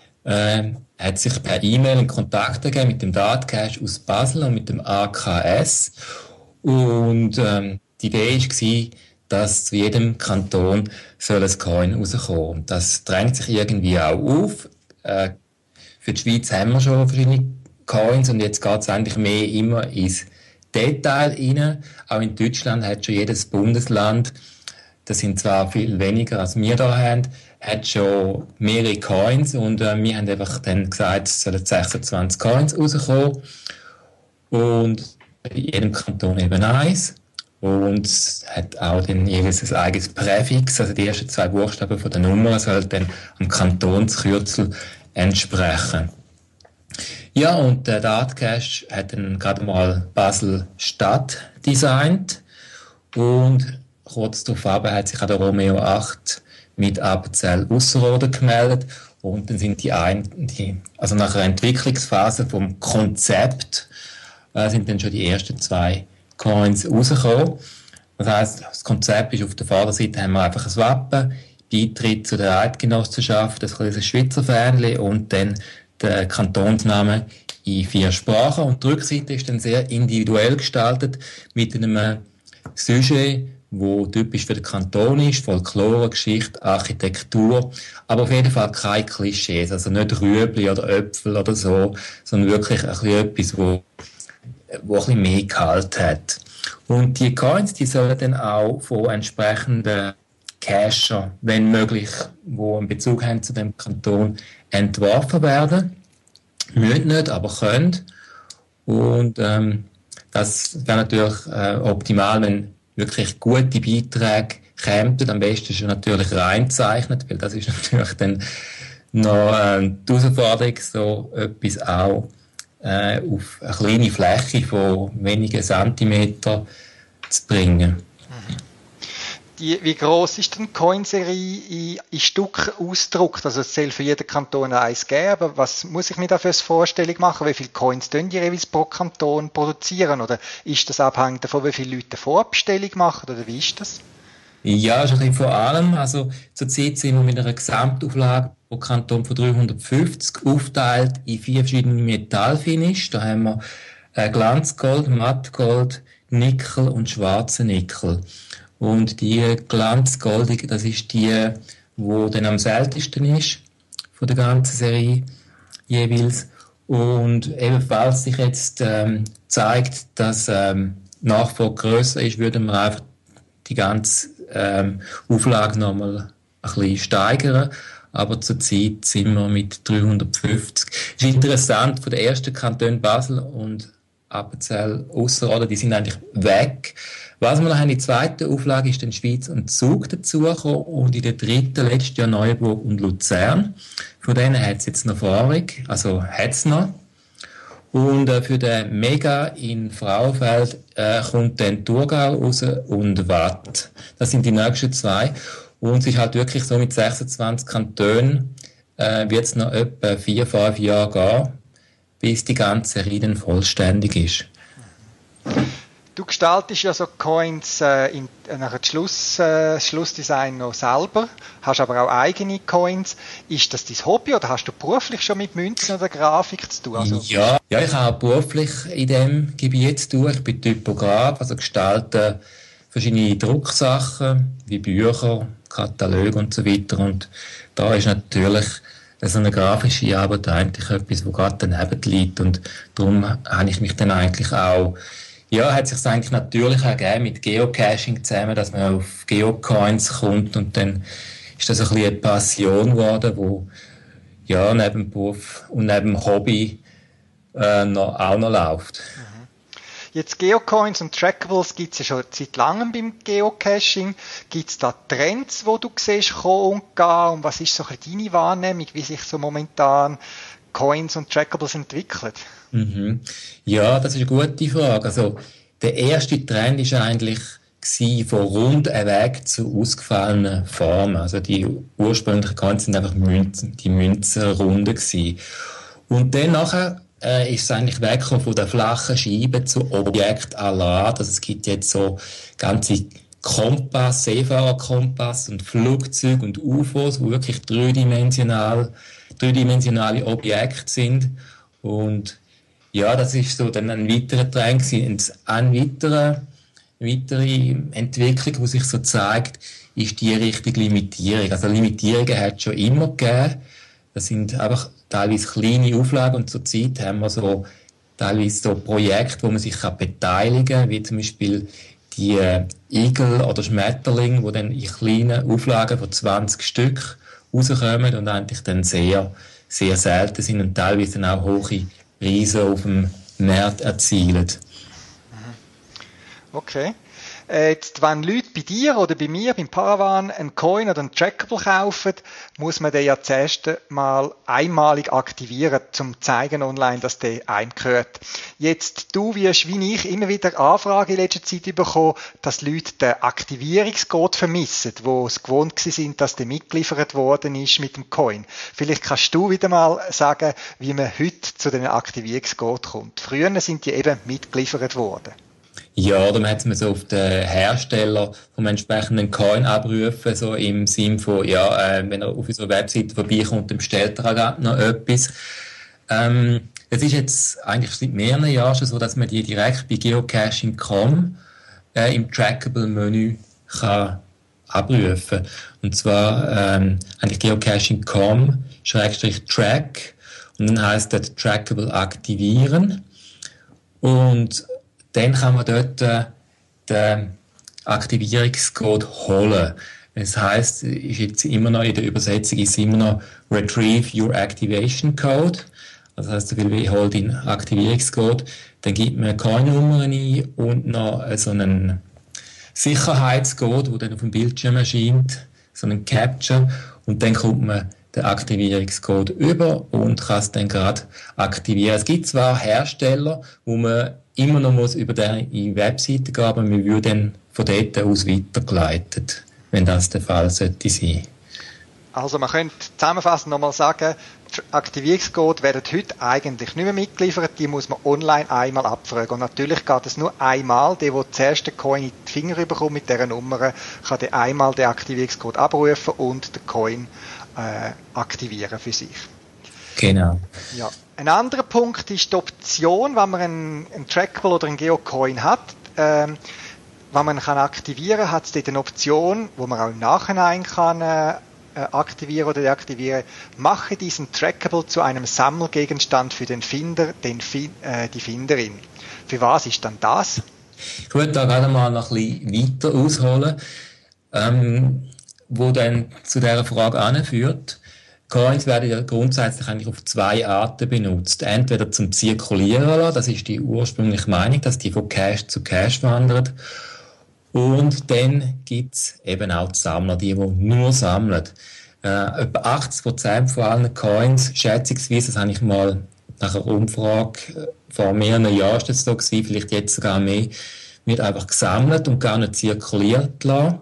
hat sich per E-Mail in Kontakt gegeben mit dem Datcash aus Basel und mit dem AKS. Und die Idee war, dass zu jedem Kanton soll ein Coin rauskommen. Und das drängt sich irgendwie auch auf. Für die Schweiz haben wir schon verschiedene Coins und jetzt geht es eigentlich mehr immer ins Detail rein. Auch in Deutschland hat schon jedes Bundesland, das sind zwar viel weniger als wir da haben, hat schon mehrere Coins und wir haben einfach dann gesagt, es sollen 26 Coins rauskommen und in jedem Kanton eben eins. Und es hat auch dann jeweils ein eigenes Präfix, also die ersten 2 Buchstaben von der Nummer sollen dann am Kantonskürzel entsprechen. Ja, und der Datcash hat dann gerade mal Basel-Stadt designt und kurz darauf hat sich auch der Romeo 8 mit Appenzell Ausserrhoden gemeldet und dann sind also nach einer Entwicklungsphase vom Konzept sind dann schon die ersten 2 Coins rausgekommen. Das heisst, das Konzept ist, auf der Vorderseite haben wir einfach ein Wappen, Beitritt zu der Eidgenossenschaft, das kleines Schweizer Fähnchen und dann der Kantonsname in 4 Sprachen. Und die Rückseite ist dann sehr individuell gestaltet mit einem Sujet, wo typisch für den Kanton ist, Folklore, Geschichte, Architektur, aber auf jeden Fall keine Klischees, also nicht Rüebli oder Äpfel oder so, sondern wirklich ein bisschen etwas, wo ein bisschen mehr Gehalt hat. Und die Coins, die sollen dann auch von entsprechenden Cacher, wenn möglich, wo einen Bezug haben zu dem Kanton, entworfen werden. Müssen nicht, aber können. Und das wäre natürlich optimal, wenn wirklich gute Beiträge kämen. Am besten schon natürlich reinzeichnet, weil das ist natürlich dann noch die Herausforderung, so etwas auch auf eine kleine Fläche von wenigen Zentimeter zu bringen. Wie gross ist denn die Coinserie in Stück ausgedruckt? Also es soll für jeden Kanton eins geben, aber was muss ich mir da für eine Vorstellung machen? Wie viele Coins die jeweils pro Kanton produzieren? Oder ist das abhängig davon, wie viele Leute eine Vorbestellung machen? Oder wie ist das? Ja, ist ein bisschen vor allem. Also zurzeit sind wir mit einer Gesamtauflage pro Kanton von 350 aufgeteilt in 4 verschiedene Metallfinish. Da haben wir Glanzgold, Mattgold, Nickel und schwarze Nickel. Und die glanzgoldige, das ist die, wo dann am seltensten ist von der ganzen Serie jeweils. Und ebenfalls sich jetzt zeigt, dass Nachfrage grösser ist, würden wir einfach die ganze Auflage nochmal ein bisschen steigern. Aber zurzeit sind wir mit 350. Es ist interessant, von den ersten Kantonen Basel und Appenzell Ausserrhoden, die sind eigentlich weg. Was wir noch haben, in der zweiten Auflage ist dann Schweiz und Zug dazugekommen und in der dritten letztes Jahr Neuenburg und Luzern. Von denen hat es jetzt noch vorig, also hat es noch. Und für den Mega in Frauenfeld kommt dann Thurgau raus und Waadt. Das sind die nächsten 2. Und es ist halt wirklich so, mit 26 Kantonen wird es noch etwa 4-5 Jahre gehen, bis die ganze Serie dann vollständig ist. Du gestaltest ja so Coins nachher das Schlussdesign noch selber, hast aber auch eigene Coins. Ist das dein Hobby oder hast du beruflich schon mit Münzen oder Grafik zu tun? Also ja, ich habe beruflich in diesem Gebiet zu tun. Ich bin Typograf, also gestalte verschiedene Drucksachen wie Bücher, Kataloge und so weiter. Und da ist natürlich so eine grafische Arbeit eigentlich etwas, was gerade daneben liegt. Und darum habe ich mich dann eigentlich auch hat sich eigentlich natürlich ergeben mit Geocaching zusammen, dass man auf Geocoins kommt und dann ist das ein bisschen eine Passion geworden, wo neben dem Beruf und neben dem Hobby auch noch läuft. Jetzt Geocoins und Trackables gibt es ja schon seit langem beim Geocaching. Gibt es da Trends, wo du siehst, kommen und gehen? Und was ist so ein bisschen deine Wahrnehmung, wie sich so momentan Coins und Trackables entwickeln? Ja, das ist eine gute Frage. Also, der erste Trend ist eigentlich von rund ein Weg zu ausgefallenen Formen. Also, die ursprünglichen Coins sind einfach die Münzen runde gewesen. Und dann nachher ist es eigentlich weggekommen von der flachen Scheibe zu Objekt à la art. Also es gibt jetzt so ganze Kompass, Seefahrerkompass und Flugzeuge und UFOs, die wirklich dreidimensionale Objekte sind. Und ja, das ist so dann ein weiterer Trend gewesen. Eine weitere Entwicklung, die sich so zeigt, ist die Richtung Limitierung. Also Limitierungen hat es schon immer gegeben. Das sind einfach teilweise kleine Auflagen und zurzeit haben wir so teilweise so Projekte, wo man sich beteiligen kann, wie zum Beispiel die Igel oder Schmetterlinge, die dann in kleinen Auflagen von 20 Stück rauskommen und eigentlich dann sehr, sehr selten sind und teilweise dann auch hohe Preise auf dem Markt erzielen. Okay. Jetzt, wenn Leute bei dir oder bei mir, beim Paravan, einen Coin oder einen Trackable kaufen, muss man den ja zuerst mal einmalig aktivieren, um zu zeigen online, dass der einem gehört. Jetzt, du wirst, wie ich, immer wieder Anfragen in letzter Zeit bekommen, dass Leute den Aktivierungscode vermissen, wo es gewohnt sind, dass der mitgeliefert worden ist mit dem Coin. Vielleicht kannst du wieder mal sagen, wie man heute zu den Aktivierungscode kommt. Früher sind die eben mitgeliefert worden. Ja, dann hat man so auf den Hersteller vom entsprechenden Coin abrufen, so im Sinn von, ja, wenn er auf unserer Webseite vorbeikommt, dann bestellt er auch noch etwas. Es ist jetzt eigentlich seit mehreren Jahren schon so, dass man die direkt bei geocaching.com im Trackable-Menü kann abrufen. Und zwar eigentlich geocaching.com/track und dann heisst das Trackable aktivieren und dann kann man dort den Aktivierungscode holen. Das heisst, ist jetzt immer noch in der Übersetzung ist immer noch Retrieve your Activation Code. Also das heisst, ich hole den Aktivierungscode, dann gibt man Coin-Nummern ein und noch so einen Sicherheitscode, der dann auf dem Bildschirm erscheint, so einen Capture, und dann kommt man den Aktivierungscode über und kann es dann gerade aktivieren. Es gibt zwar Hersteller, wo man immer noch muss über die Webseite gehen, aber wir würden dann von dort aus weitergeleitet, wenn das der Fall sollte sein. Also man könnte zusammenfassend nochmal sagen, Aktivierungscode werden heute eigentlich nicht mehr mitgeliefert, die muss man online einmal abfragen. Und natürlich geht es nur einmal, der zuerst den Coin in die Finger bekommt mit dieser Nummer, kann der einmal den Aktivierungscode abrufen und den Coin aktivieren für sich. Genau. Ja. Ein anderer Punkt ist die Option, wenn man einen Trackable oder einen Geocoin hat, wenn man kann aktivieren, hat es dort eine Option, wo man auch im Nachhinein kann aktivieren oder deaktivieren. Mache diesen Trackable zu einem Sammelgegenstand für den Finder, die Finderin. Für was ist dann das? Ich würde da gerade mal noch ein bisschen weiter ausholen, wo dann zu dieser Frage anführt. Coins werden ja grundsätzlich eigentlich auf zwei Arten benutzt. Entweder zum Zirkulieren lassen, das ist die ursprüngliche Meinung, dass die von Cache zu Cache wandern. Und dann gibt's eben auch die Sammler, die nur sammeln. Etwa 80% von allen Coins, schätzungsweise, das habe ich mal nach einer Umfrage vor mehreren Jahren ist das so gewesen, vielleicht jetzt sogar mehr, wird einfach gesammelt und gar nicht zirkuliert lassen.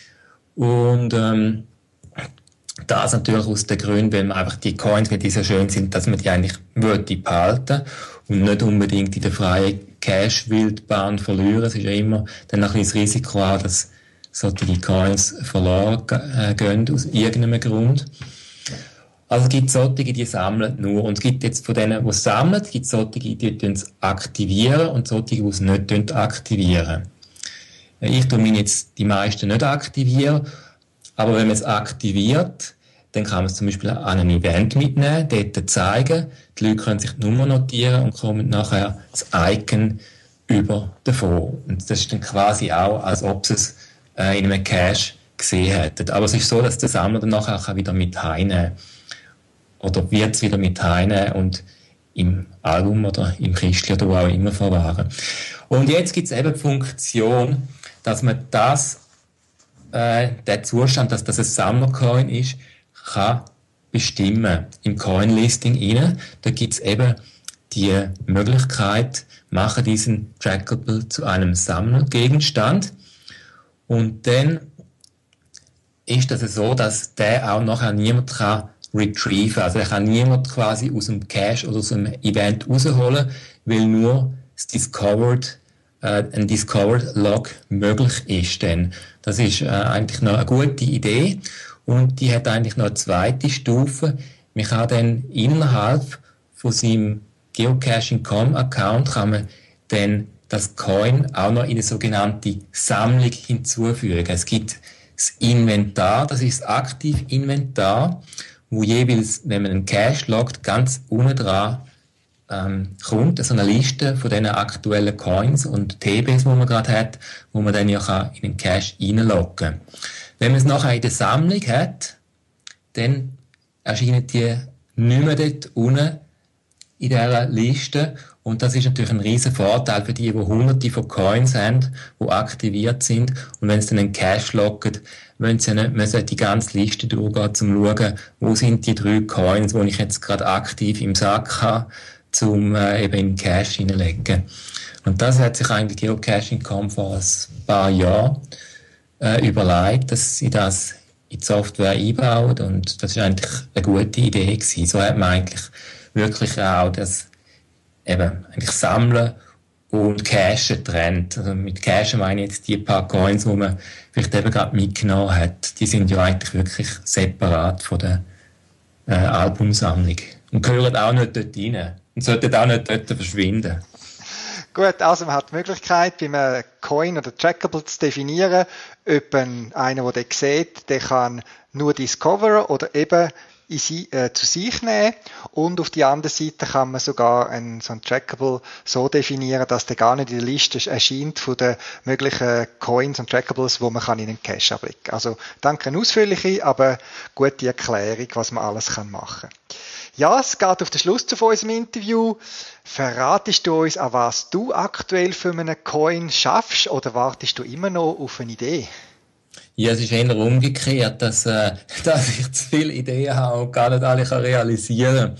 Und das natürlich aus den Gründen, weil man einfach die Coins, weil die so schön sind, dass man die eigentlich behalten und nicht unbedingt in der freien Cash-Wildbahn verlieren. Es ist ja immer dann ein bisschen das Risiko auch, dass solche Coins verloren gehen aus irgendeinem Grund. Also es gibt solche, die sammeln nur. Und es gibt jetzt von denen, die es sammeln, gibt es solche, die es aktivieren und solche, die es nicht aktivieren. Ich tue mich jetzt die meisten nicht aktivieren. Aber wenn man es aktiviert, dann kann man es zum Beispiel an ein Event mitnehmen, dort zeigen. Die Leute können sich die Nummer notieren und kommen nachher das Icon über davon. Und das ist dann quasi auch, als ob sie es in einem Cache gesehen hätten. Aber es ist so, dass der Sammler dann nachher auch wieder mit heimnehmen oder wird es wieder mit heimnehmen und im Album oder im Kistchen oder wo auch immer verwahren. Und jetzt gibt es eben die Funktion, dass man der Zustand, dass das ein Sammlercoin ist, kann bestimmen. Im Coin-Listing rein, da gibt es eben die Möglichkeit, mache diesen Trackable zu einem Sammlergegenstand. Und dann ist das so, dass der auch nachher niemand kann retrieven. Also, er kann niemand quasi aus dem Cache oder aus dem Event rausholen, weil nur ein Discovered Log möglich ist. Denn das ist eigentlich noch eine gute Idee. Und die hat eigentlich noch eine zweite Stufe. Man kann dann innerhalb von seinem Geocaching.com-Account kann man dann das Coin auch noch in eine sogenannte Sammlung hinzufügen. Es gibt das Inventar, das ist das Aktivinventar, wo jeweils, wenn man einen Cache loggt, ganz unten dran kommt, so eine Liste von diesen aktuellen Coins und TBs, die man gerade hat, wo man dann ja in den Cache reinloggen kann. Wenn man es nachher in der Sammlung hat, dann erscheinen die nicht mehr dort unten in dieser Liste. Und das ist natürlich ein riesen Vorteil für die hunderte von Coins haben, die aktiviert sind. Und wenn sie dann einen Cache loggen, müssen sie nicht müssen die ganze Liste durchgehen, um zu schauen, wo sind die 3 Coins, die ich jetzt gerade aktiv im Sack habe, um eben in den Cache hineinlegen. Und das hat sich eigentlich Geocaching.com vor ein paar Jahren überlegt, dass sie das in die Software einbauen. Und das ist eigentlich eine gute Idee gewesen. So hat man eigentlich wirklich auch das eben eigentlich Sammeln und Cashen trennt. Also mit Cashen meine ich jetzt die paar Coins, die man vielleicht eben gerade mitgenommen hat. Die sind ja eigentlich wirklich separat von der Albumsammlung und gehören auch nicht dort rein und sollten auch nicht dort verschwinden. Gut, also man hat die Möglichkeit, bei einem Coin oder Trackable zu definieren, ob einer, der sieht, der kann nur discoveren oder eben zu sich nehmen. Und auf die andere Seite kann man sogar so ein Trackable so definieren, dass der gar nicht in der Liste erscheint von den möglichen Coins und Trackables, wo man kann in den Cache ablegen kann. Also danke, eine ausführliche, aber gute Erklärung, was man alles machen kann. Ja, es geht auf den Schluss zu unserem Interview. Verratest du uns, an was du aktuell für einen Coin schaffst, oder wartest du immer noch auf eine Idee? Ja, es ist eher umgekehrt, dass ich zu viele Ideen habe und gar nicht alle realisieren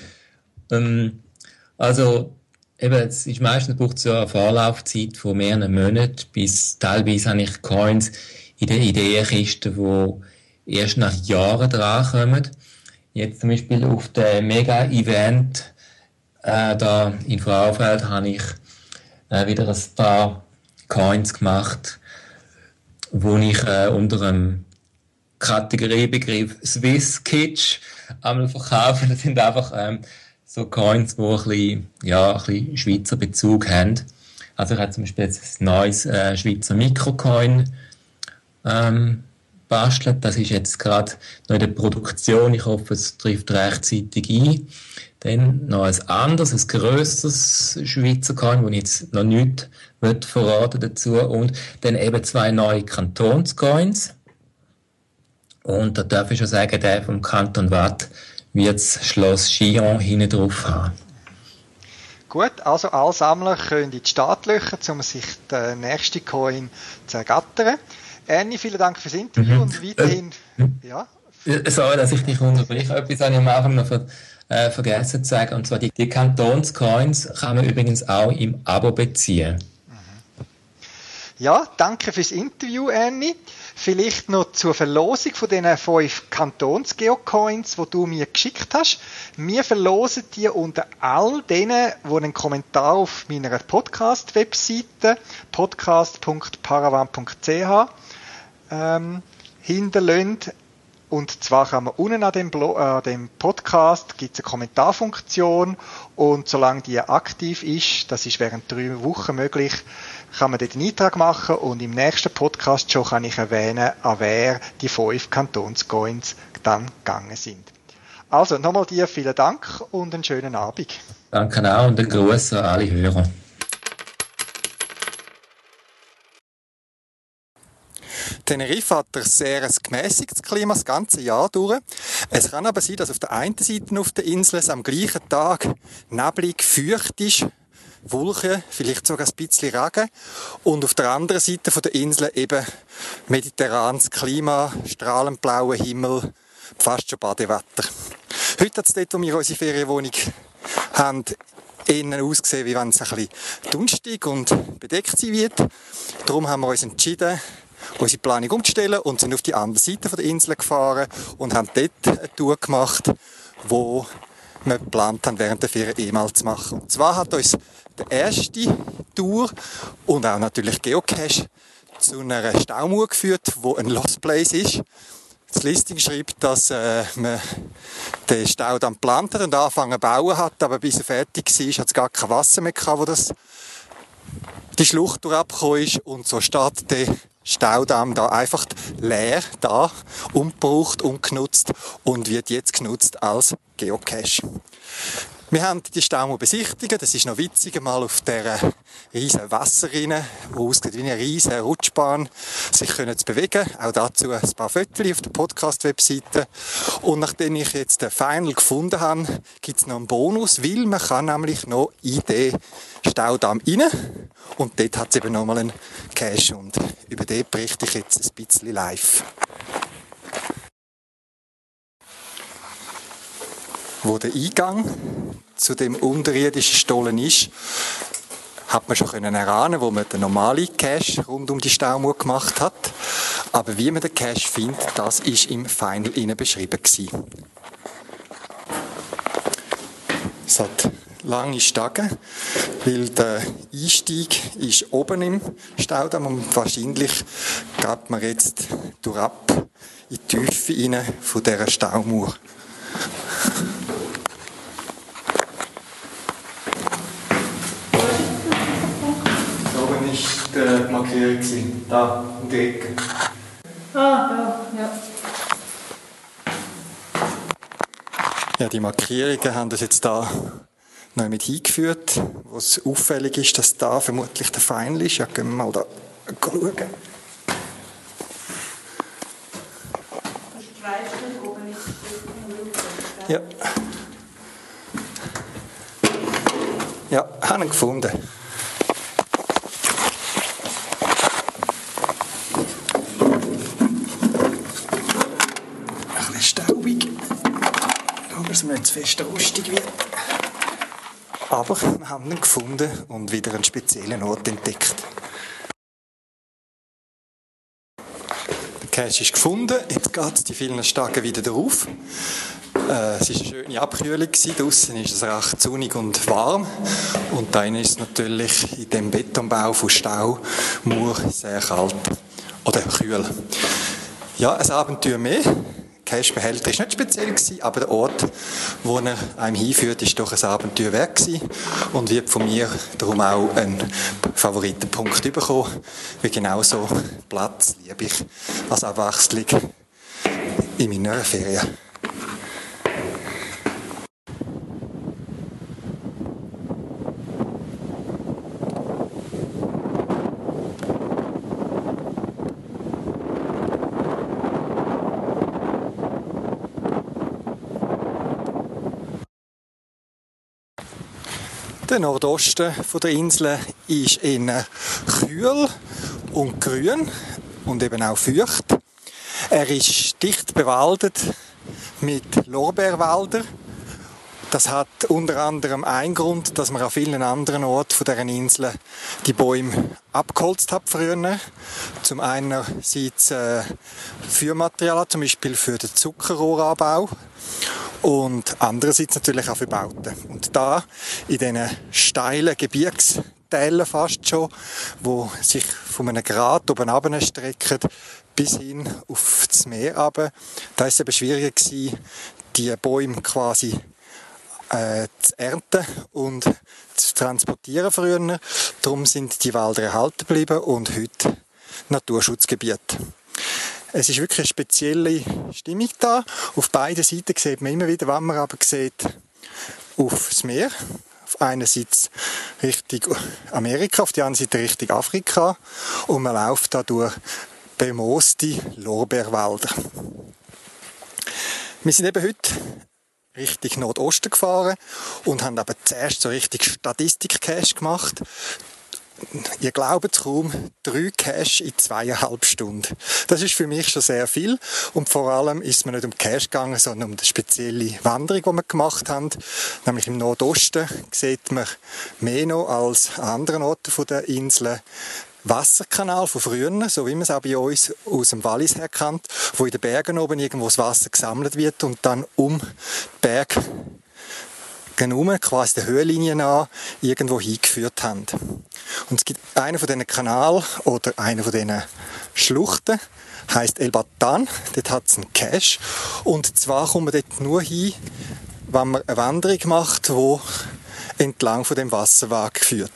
kann. Also, eben, es ist meistens braucht es ja eine Vorlaufzeit von mehreren Monaten, bis teilweise habe ich Coins in der Ideenkiste, die erst nach Jahren drankommen. Jetzt zum Beispiel auf dem Mega-Event da in Frauenfeld habe ich wieder ein paar Coins gemacht, wo ich unter dem Kategoriebegriff Swiss Kitsch einmal verkaufe. Das sind einfach so Coins, die ein bisschen Schweizer Bezug haben. Also ich habe zum Beispiel jetzt ein neues Schweizer Mikrocoin bastelt. Das ist jetzt gerade noch in der Produktion. Ich hoffe, es trifft rechtzeitig ein. Dann noch ein anderes, ein grösseres Schweizer Coin, wo ich jetzt noch nichts verraten dazu. Und dann eben 2 neue Kantonscoins. Und da darf ich schon sagen, der vom Kanton Waadt wird das Schloss Chillon hinten drauf haben. Gut, also alle Sammler können in die Startlöcher, um sich den nächsten Coin zu ergattern. Ernie, vielen Dank fürs Interview und weiterhin... Ja. Sorry, dass ich dich unterbreche. Etwas habe ich am Anfang noch vergessen zu sagen. Und zwar die Kantonscoins kann man übrigens auch im Abo beziehen. Ja, danke fürs Interview, Ernie. Vielleicht noch zur Verlosung von diesen 5 Kantons-Geocoins, die du mir geschickt hast. Wir verlosen die unter all denen, die einen Kommentar auf meiner Podcast-Webseite podcast.paravan.ch hinterlassen. Und zwar kann man unten an dem Podcast gibt es eine Kommentarfunktion und solange die aktiv ist, das ist während 3 Wochen möglich, kann man dort einen Eintrag machen und im nächsten Podcast schon kann ich erwähnen, an wer die 5 Kantonscoins dann gegangen sind. Also nochmal dir vielen Dank und einen schönen Abend. Danke auch und einen Gruß an alle Hörer. Teneriffa hat ein sehr gemäßigtes Klima das ganze Jahr durch. Es kann aber sein, dass auf der einen Seite auf der Insel es am gleichen Tag neblig, feucht ist, Wolken, vielleicht sogar ein bisschen Regen. Und auf der anderen Seite der Insel eben mediterranes Klima, strahlend blauer Himmel, fast schon Badewetter. Heute hat es dort, wo wir unsere Ferienwohnung haben, innen ausgesehen, wie wenn es ein bisschen dunstig und bedeckt sein wird. Darum haben wir uns entschieden, unsere Planung umzustellen und sind auf die andere Seite der Insel gefahren und haben dort eine Tour gemacht, wo wir geplant haben, während der Ferien einmal zu machen. Und zwar hat uns die erste Tour und auch natürlich Geocache zu einer Staumauer geführt, wo ein Lost Place ist. Das Listing schreibt, dass man den Staudamm geplant hat und angefangen zu bauen hat, aber bis er fertig war, hat es gar kein Wasser mehr gehabt, wo die Schlucht durchabgekommen ist. Und so steht der Staudamm da einfach leer, da, ungebraucht, ungenutzt und wird jetzt genutzt als Geocache. Wir haben die Staumauer besichtigt. Das ist noch witzig, mal auf dieser riesen Wasserrinne, die aussieht wie eine riesen Rutschbahn, sich zu bewegen. Auch dazu ein paar Fotos auf der Podcast-Webseite. Und nachdem ich jetzt den Final gefunden habe, gibt es noch einen Bonus, weil man kann nämlich noch in den Staudamm rein. Und dort hat es eben nochmal einen Cache. Und über den berichte ich jetzt ein bisschen live. Wo der Eingang zu dem unterirdischen Stollen ist, hat man schon erahnen, wo man den normalen Cache rund um die Staumauer gemacht hat. Aber wie man den Cache findet, das ist im Final innen beschrieben gewesen. Es hat lange Stagen, weil der Einstieg ist oben im Staudamm und wahrscheinlich geht man jetzt durchab in die Tiefe rein von dieser Staumauer. Die Markierung da in der Ecke. Ja. Ja, die Markierungen haben das jetzt da noch mit hingeführt, wo es auffällig ist, dass da vermutlich der Final ist. Ja, gehen wir mal da schauen. Ja. Ja, haben ihn gefunden. Dass er nicht zu fest rostig wird. Aber wir haben ihn gefunden und wieder einen speziellen Ort entdeckt. Der Cache ist gefunden, jetzt geht die vielen Stagen wieder drauf. Es war eine schöne Abkühlung, draussen ist es recht sonnig und warm. Und dann ist es natürlich in dem Betonbau von Staumauer sehr kalt oder kühl. Ja, ein Abenteuer mehr. Der Cache-Behälter war nicht speziell, aber der Ort, wo er einem hinführt, ist doch ein Abenteuer wert gewesen und wird von mir darum auch einen Favoritenpunkt bekommen, weil genau so Platz liebe ich als Abwechslung in meiner Ferien. Der Nordosten der Insel ist eher kühl und grün und eben auch feucht. Er ist dicht bewaldet mit Lorbeerwäldern. Das hat unter anderem einen Grund, dass man an vielen anderen Orten dieser Insel die Bäume abgeholzt hat früher. Zum einen Führmaterial, zum Beispiel für den Zuckerrohranbau. Und andererseits natürlich auch für Bauten. Und da in diesen steilen Gebirgställen fast schon, wo sich von einem Grat oben runter strecken bis hin auf das Meer runter, da war es eben schwieriger gewesen, die Bäume quasi zu ernten und zu transportieren früher. Darum sind die Wälder erhalten geblieben und heute Naturschutzgebiet. Es ist wirklich eine spezielle Stimmung da. Auf beiden Seiten sieht man immer wieder, wenn man aber sieht, aufs Meer. Auf einer Seite Richtung Amerika, auf der anderen Seite Richtung Afrika. Und man läuft da durch bemooste Lorbeerwälder. Wir sind eben heute Richtung Nordosten gefahren und haben aber zuerst so richtig Statistik-Cache gemacht. Ihr glaubt es kaum, 3 Cache in 2,5 Stunden. Das ist für mich schon sehr viel. Und vor allem ist es mir nicht um Cache gegangen, sondern um die spezielle Wanderung, die wir gemacht haben. Nämlich im Nordosten sieht man mehr noch als an anderen Orten der Insel Wasserkanal von früher, so wie man es auch bei uns aus dem Wallis her kennt, wo in den Bergen oben irgendwo das Wasser gesammelt wird und dann um den Berg herum, quasi der Höhenlinie an, irgendwo hingeführt haben. Und es gibt einen von diesen Kanälen oder einen von diesen Schluchten, heisst El Batan, dort hat es einen Cache. Und zwar kommt man dort nur hin, wenn man eine Wanderung macht, die entlang von dem Wasserweg führt.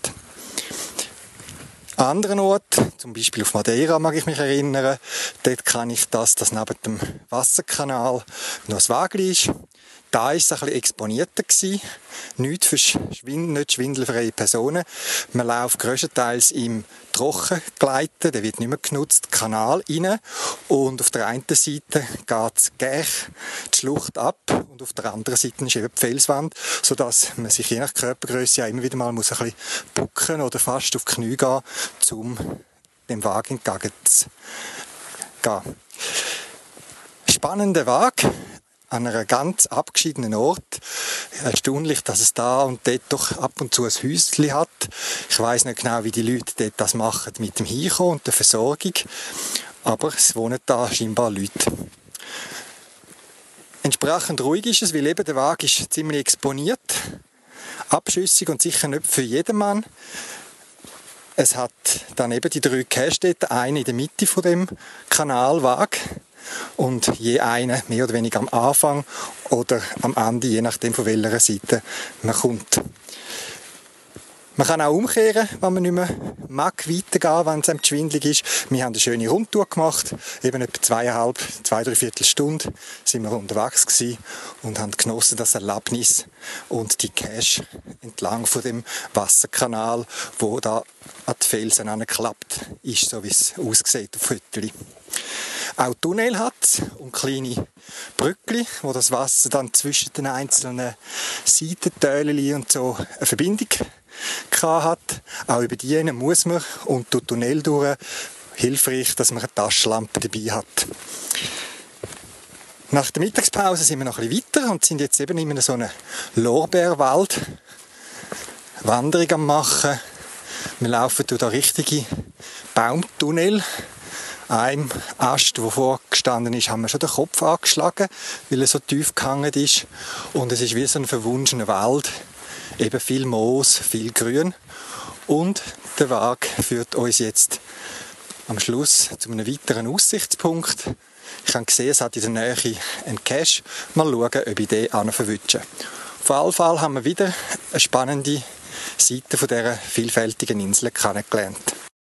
An anderen Orten, zum Beispiel auf Madeira mag ich mich erinnern, dort kann ich dass neben dem Wasserkanal noch ein Wägli ist. Da war es ein bisschen exponierter gewesen. Nicht für nicht schwindelfreie Personen. Man läuft grösstenteils im Trocken geleiten, der wird nicht mehr genutzt, Kanal rein. Und auf der einen Seite geht gleich die Schlucht ab und auf der anderen Seite ist eben die Felswand, sodass man sich je nach Körpergröße ja immer wieder mal ein bisschen bucken oder fast auf die Knie gehen, um dem Weg entgegen zu gehen. Spannender Weg. An einem ganz abgeschiedenen Ort. Erstaunlich, dass es da und dort doch ab und zu ein Häuschen hat. Ich weiss nicht genau, wie die Leute dort das machen mit dem Hinkommen und der Versorgung. Aber es wohnen da scheinbar Leute. Entsprechend ruhig ist es, weil eben der Weg ist ziemlich exponiert. Abschüssig und sicher nicht für jedermann. Es hat dann eben die 3 Caches dort, eine in der Mitte von dem Kanalweg. Und je eine mehr oder weniger am Anfang oder am Ende, je nachdem von welcher Seite man kommt. Man kann auch umkehren, wenn man nicht mehr mag weitergehen, wenn es einem schwindelig ist. Wir haben eine schöne Rundtour gemacht, eben etwa 2,5 Stunden sind wir unterwegs gewesen und haben genossen das Erlebnis und die Cache entlang von dem Wasserkanal, wo da an die Felsen angeklappt ist, so wie es aussieht auf Fotos. Auch Tunnel hat und kleine Brückli, wo das Wasser dann zwischen den einzelnen Seitentälchen und so eine Verbindung hat. Auch über die muss man und durch den Tunnel durch hilfreich, dass man eine Taschenlampe dabei hat. Nach der Mittagspause sind wir noch ein bisschen weiter und sind jetzt eben in so einem Lorbeerwald Wanderung am machen. Wir laufen durch den richtigen Baumtunnel. Einem Ast, der vorgestanden ist, haben wir schon den Kopf angeschlagen, weil er so tief gehangen ist. Und es ist wie so ein verwunschener Wald. Eben viel Moos, viel Grün. Und der Weg führt uns jetzt am Schluss zu einem weiteren Aussichtspunkt. Ich habe gesehen, es hat in der Nähe einen Cache. Mal schauen, ob ich den verwünsche. Auf jeden Fall haben wir wieder eine spannende Seite von dieser vielfältigen Insel kennengelernt.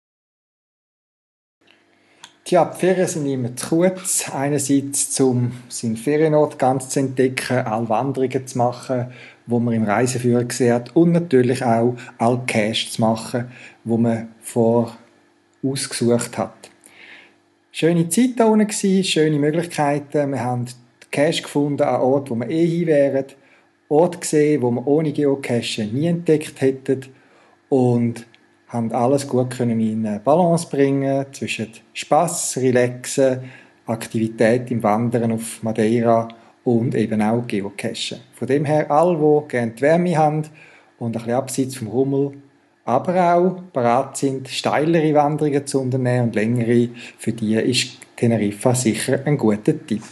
Tja, die Ferien sind immer zu kurz. Einerseits, um seinen Ferienort ganz zu entdecken, alle Wanderungen zu machen, die man im Reiseführer sieht, und natürlich auch alle Caches zu machen, die man vorausgesucht hat. Schöne Zeit da unten gewesen, schöne Möglichkeiten. Wir haben Cache gefunden an Orten, wo wir hin wären, Orte gesehen, wo wir ohne Geocache nie entdeckt hätten und haben alles gut können in eine Balance bringen zwischen Spass, Relaxen, Aktivität im Wandern auf Madeira und eben auch Geocachen. Von dem her, alle, die gerne die Wärme haben und ein bisschen abseits vom Rummel, aber auch bereit sind, steilere Wanderungen zu unternehmen und längere, für die ist Teneriffa sicher ein guter Tipp.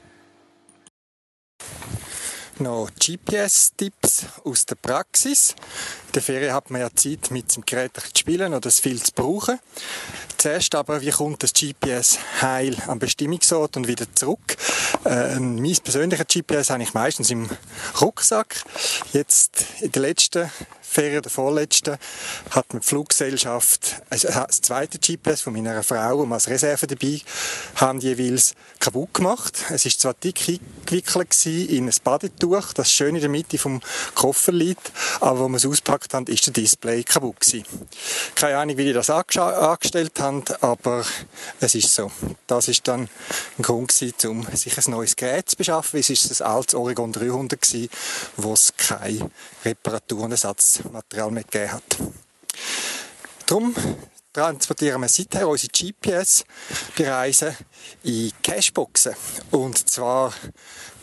Noch GPS-Tipps aus der Praxis. In der Ferien hat man ja Zeit, mit dem Gerät zu spielen oder es viel zu brauchen. Zuerst aber, wie kommt das GPS heil am Bestimmungsort und wieder zurück? Mein persönlicher GPS habe ich meistens im Rucksack. Jetzt in der letzten Ferien, der vorletzten, hat mir die Fluggesellschaft das zweite GPS von meiner Frau, die wir als Reserve dabei haben, jeweils kaputt gemacht. Es war zwar dick eingewickelt in ein Badetuch, das schön in der Mitte vom Koffer liegt, aber als wir es auspackt haben, ist der Display kaputt gewesen. Keine Ahnung, wie die das angestellt haben, aber es ist so. Das ist dann ein Grund gewesen, um sich ein neues Gerät zu beschaffen. Es ist das alte Oregon 300 gewesen, wo es keine Reparaturenersatzmaterial mehr gegeben hat. Darum transportieren wir seither unsere GPS bei Reisen in Cashboxen. Und zwar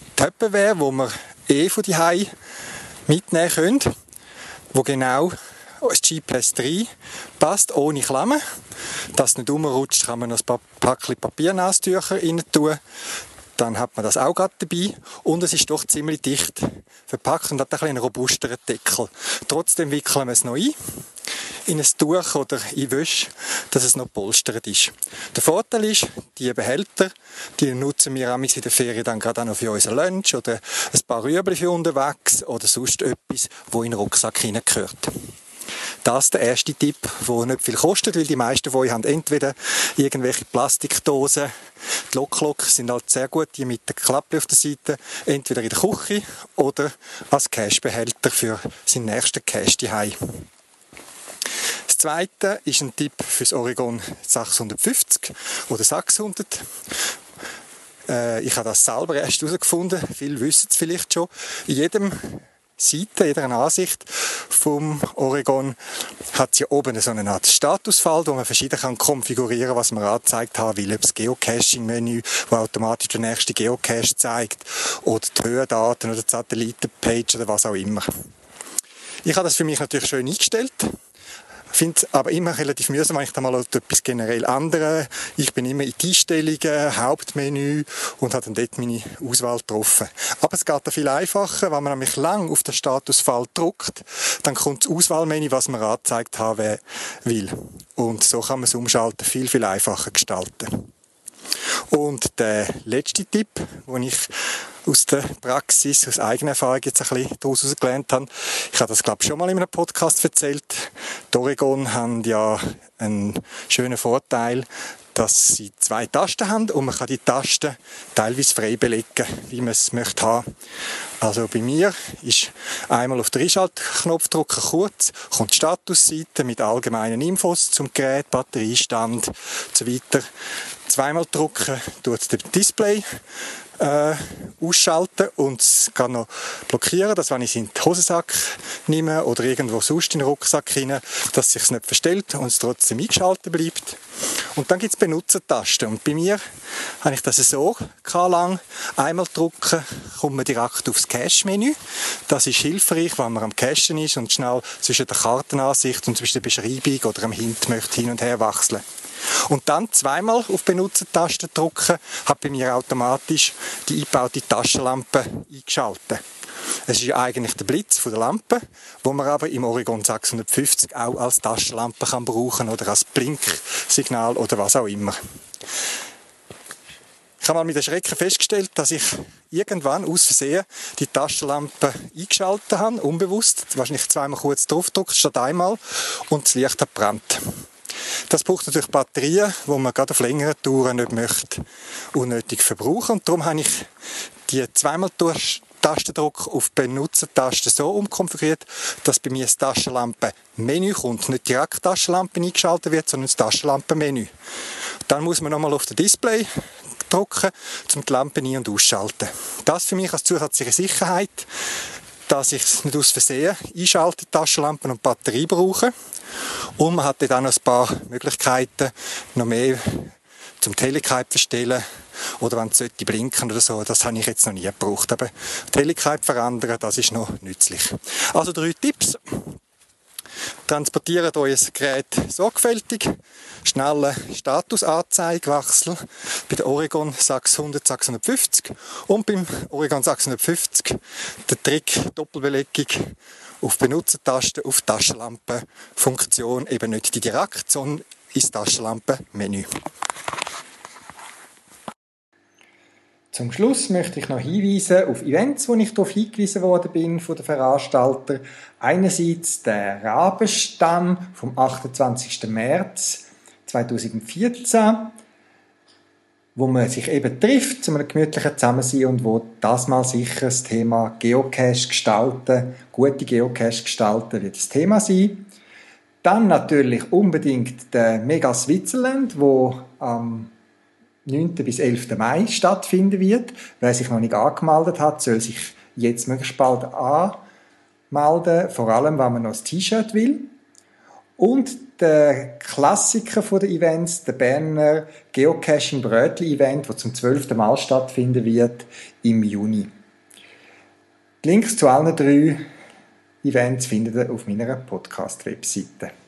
Tupperware, wo wir von die Hause mitnehmen können, wo genau das GPS 3 passt, ohne Klammer. Dass es nicht rumrutscht, kann man noch ein Päckchen Papiernastücher rein tun. Dann hat man das auch gerade dabei. Und es ist doch ziemlich dicht verpackt und hat einen robusteren Deckel. Trotzdem wickeln wir es noch ein. In ein Tuch oder in Wäsche, dass es noch polstert ist. Der Vorteil ist, die Behälter, die nutzen wir in der Ferien dann gerade auch noch für unseren Lunch oder ein paar Rüebli für unterwegs oder sonst etwas, wo in den Rucksack hineingehört. Das ist der erste Tipp, der nicht viel kostet, weil die meisten von euch haben entweder irgendwelche Plastikdosen, die Loklock sind halt sehr gut, die mit der Klappe auf der Seite, entweder in der Küche oder als Cashbehälter für seinen nächsten Cash daheim. Das zweite ist ein Tipp für das Oregon 650 oder 600. Ich habe das selber erst herausgefunden, viele wissen es vielleicht schon. In jedem Seite, jeder Ansicht vom Oregon hat es ja oben so eine Art Statusfeld, wo man verschieden konfigurieren kann, was man angezeigt haben will. Ob das Geocaching-Menü, das automatisch den nächsten Geocache zeigt, oder die Höhendaten oder die Satellitenpage oder was auch immer. Ich habe das für mich natürlich schön eingestellt. Finde es aber immer relativ mühsam, wenn ich da mal etwas generell ändere. Ich bin immer in die Einstellungen, Hauptmenü und habe dann dort meine Auswahl getroffen. Aber es geht da viel einfacher, wenn man nämlich lang auf den Statusfeld drückt, dann kommt das Auswahlmenü, was man angezeigt haben will. Und so kann man es umschalten, viel, viel einfacher gestalten. Und der letzte Tipp, den ich aus der Praxis, aus eigener Erfahrung jetzt ein bisschen daraus gelernt habe, ich habe das, glaube ich, schon mal in einem Podcast erzählt. Die Oregon haben ja einen schönen Vorteil, dass sie 2 Tasten haben und man kann die Tasten teilweise frei belegen, wie man es möchte haben. Also bei mir ist einmal auf den Einschaltknopf drücken, kurz, kommt die Statusseite mit allgemeinen Infos zum Gerät, Batteriestand und so weiter. Zweimal drücken, tut das Display ausschalten und es kann noch blockieren, dass wenn ich es in den Hosensack nehme oder irgendwo sonst in den Rucksack rein, dass es sich nicht verstellt und es trotzdem eingeschaltet bleibt. Und dann gibt es Benutzertasten und bei mir habe ich das so lang. Einmal drücken, kommt man direkt aufs Cache-Menü. Das ist hilfreich, wenn man am Cachen ist und schnell zwischen der Kartenansicht und zwischen der Beschreibung oder am Hint möchte hin und her wechseln. Und dann zweimal auf Benutzertaste drücken, hat bei mir automatisch die eingebaute Taschenlampe eingeschaltet. Es ist ja eigentlich der Blitz von der Lampe, wo man aber im Oregon 650 auch als Taschenlampe kann brauchen oder als Blinksignal oder was auch immer. Ich habe mal mit Erschrecken festgestellt, dass ich irgendwann aus Versehen die Taschenlampe eingeschaltet habe, unbewusst, wahrscheinlich zweimal kurz draufgedrückt statt einmal, und das Licht hat gebrannt. Das braucht natürlich Batterien, die man gerade auf längeren Touren nicht möchte unnötig verbrauchen. Und darum habe ich die zweimal Tastendruck auf Benutzertaste so umkonfiguriert, dass bei mir das Taschenlampen-Menü kommt. Nicht direkt Taschenlampe eingeschaltet wird, sondern das Taschenlampen-Menü. Dann muss man nochmal auf das Display drücken, um die Lampe ein- und ausschalten. Das für mich als zusätzliche Sicherheit, dass ich es nicht aus Versehen einschalte, Taschenlampen und Batterie brauche. Und man hat dann noch ein paar Möglichkeiten, noch mehr zum Helligkeit verstellen oder wenn es blinken oder so. Das habe ich jetzt noch nie gebraucht. Aber die Helligkeit verändern, das ist noch nützlich. Also 3 Tipps. Transportiert euer Gerät sorgfältig. Schneller Statusanzeigewechsel bei der Oregon 600, 650 und beim Oregon 650 der Trick Doppelbelegung auf Benutzertaste, auf Taschenlampenfunktion, eben nicht die direkt, sondern ins Taschenlampenmenü. Zum Schluss möchte ich noch hinweisen auf Events, wo ich darauf hingewiesen worden bin von den Veranstaltern. Einerseits der Rabenstamm vom 28. März 2014, wo man sich eben trifft, zu einem gemütlichen Zusammensein und wo das mal sicher das Thema Geocache gestalten, gute Geocache gestalten wird das Thema sein. Dann natürlich unbedingt der Mega Switzerland, wo am 9. bis 11. Mai stattfinden wird. Wer sich noch nicht angemeldet hat, soll sich jetzt möglichst bald anmelden, vor allem, wenn man noch ein T-Shirt will. Und der Klassiker der Events, der Berner Geocaching Brötli Event, das zum 12. Mal stattfinden wird im Juni. Die Links zu allen 3 Events findet ihr auf meiner Podcast-Webseite.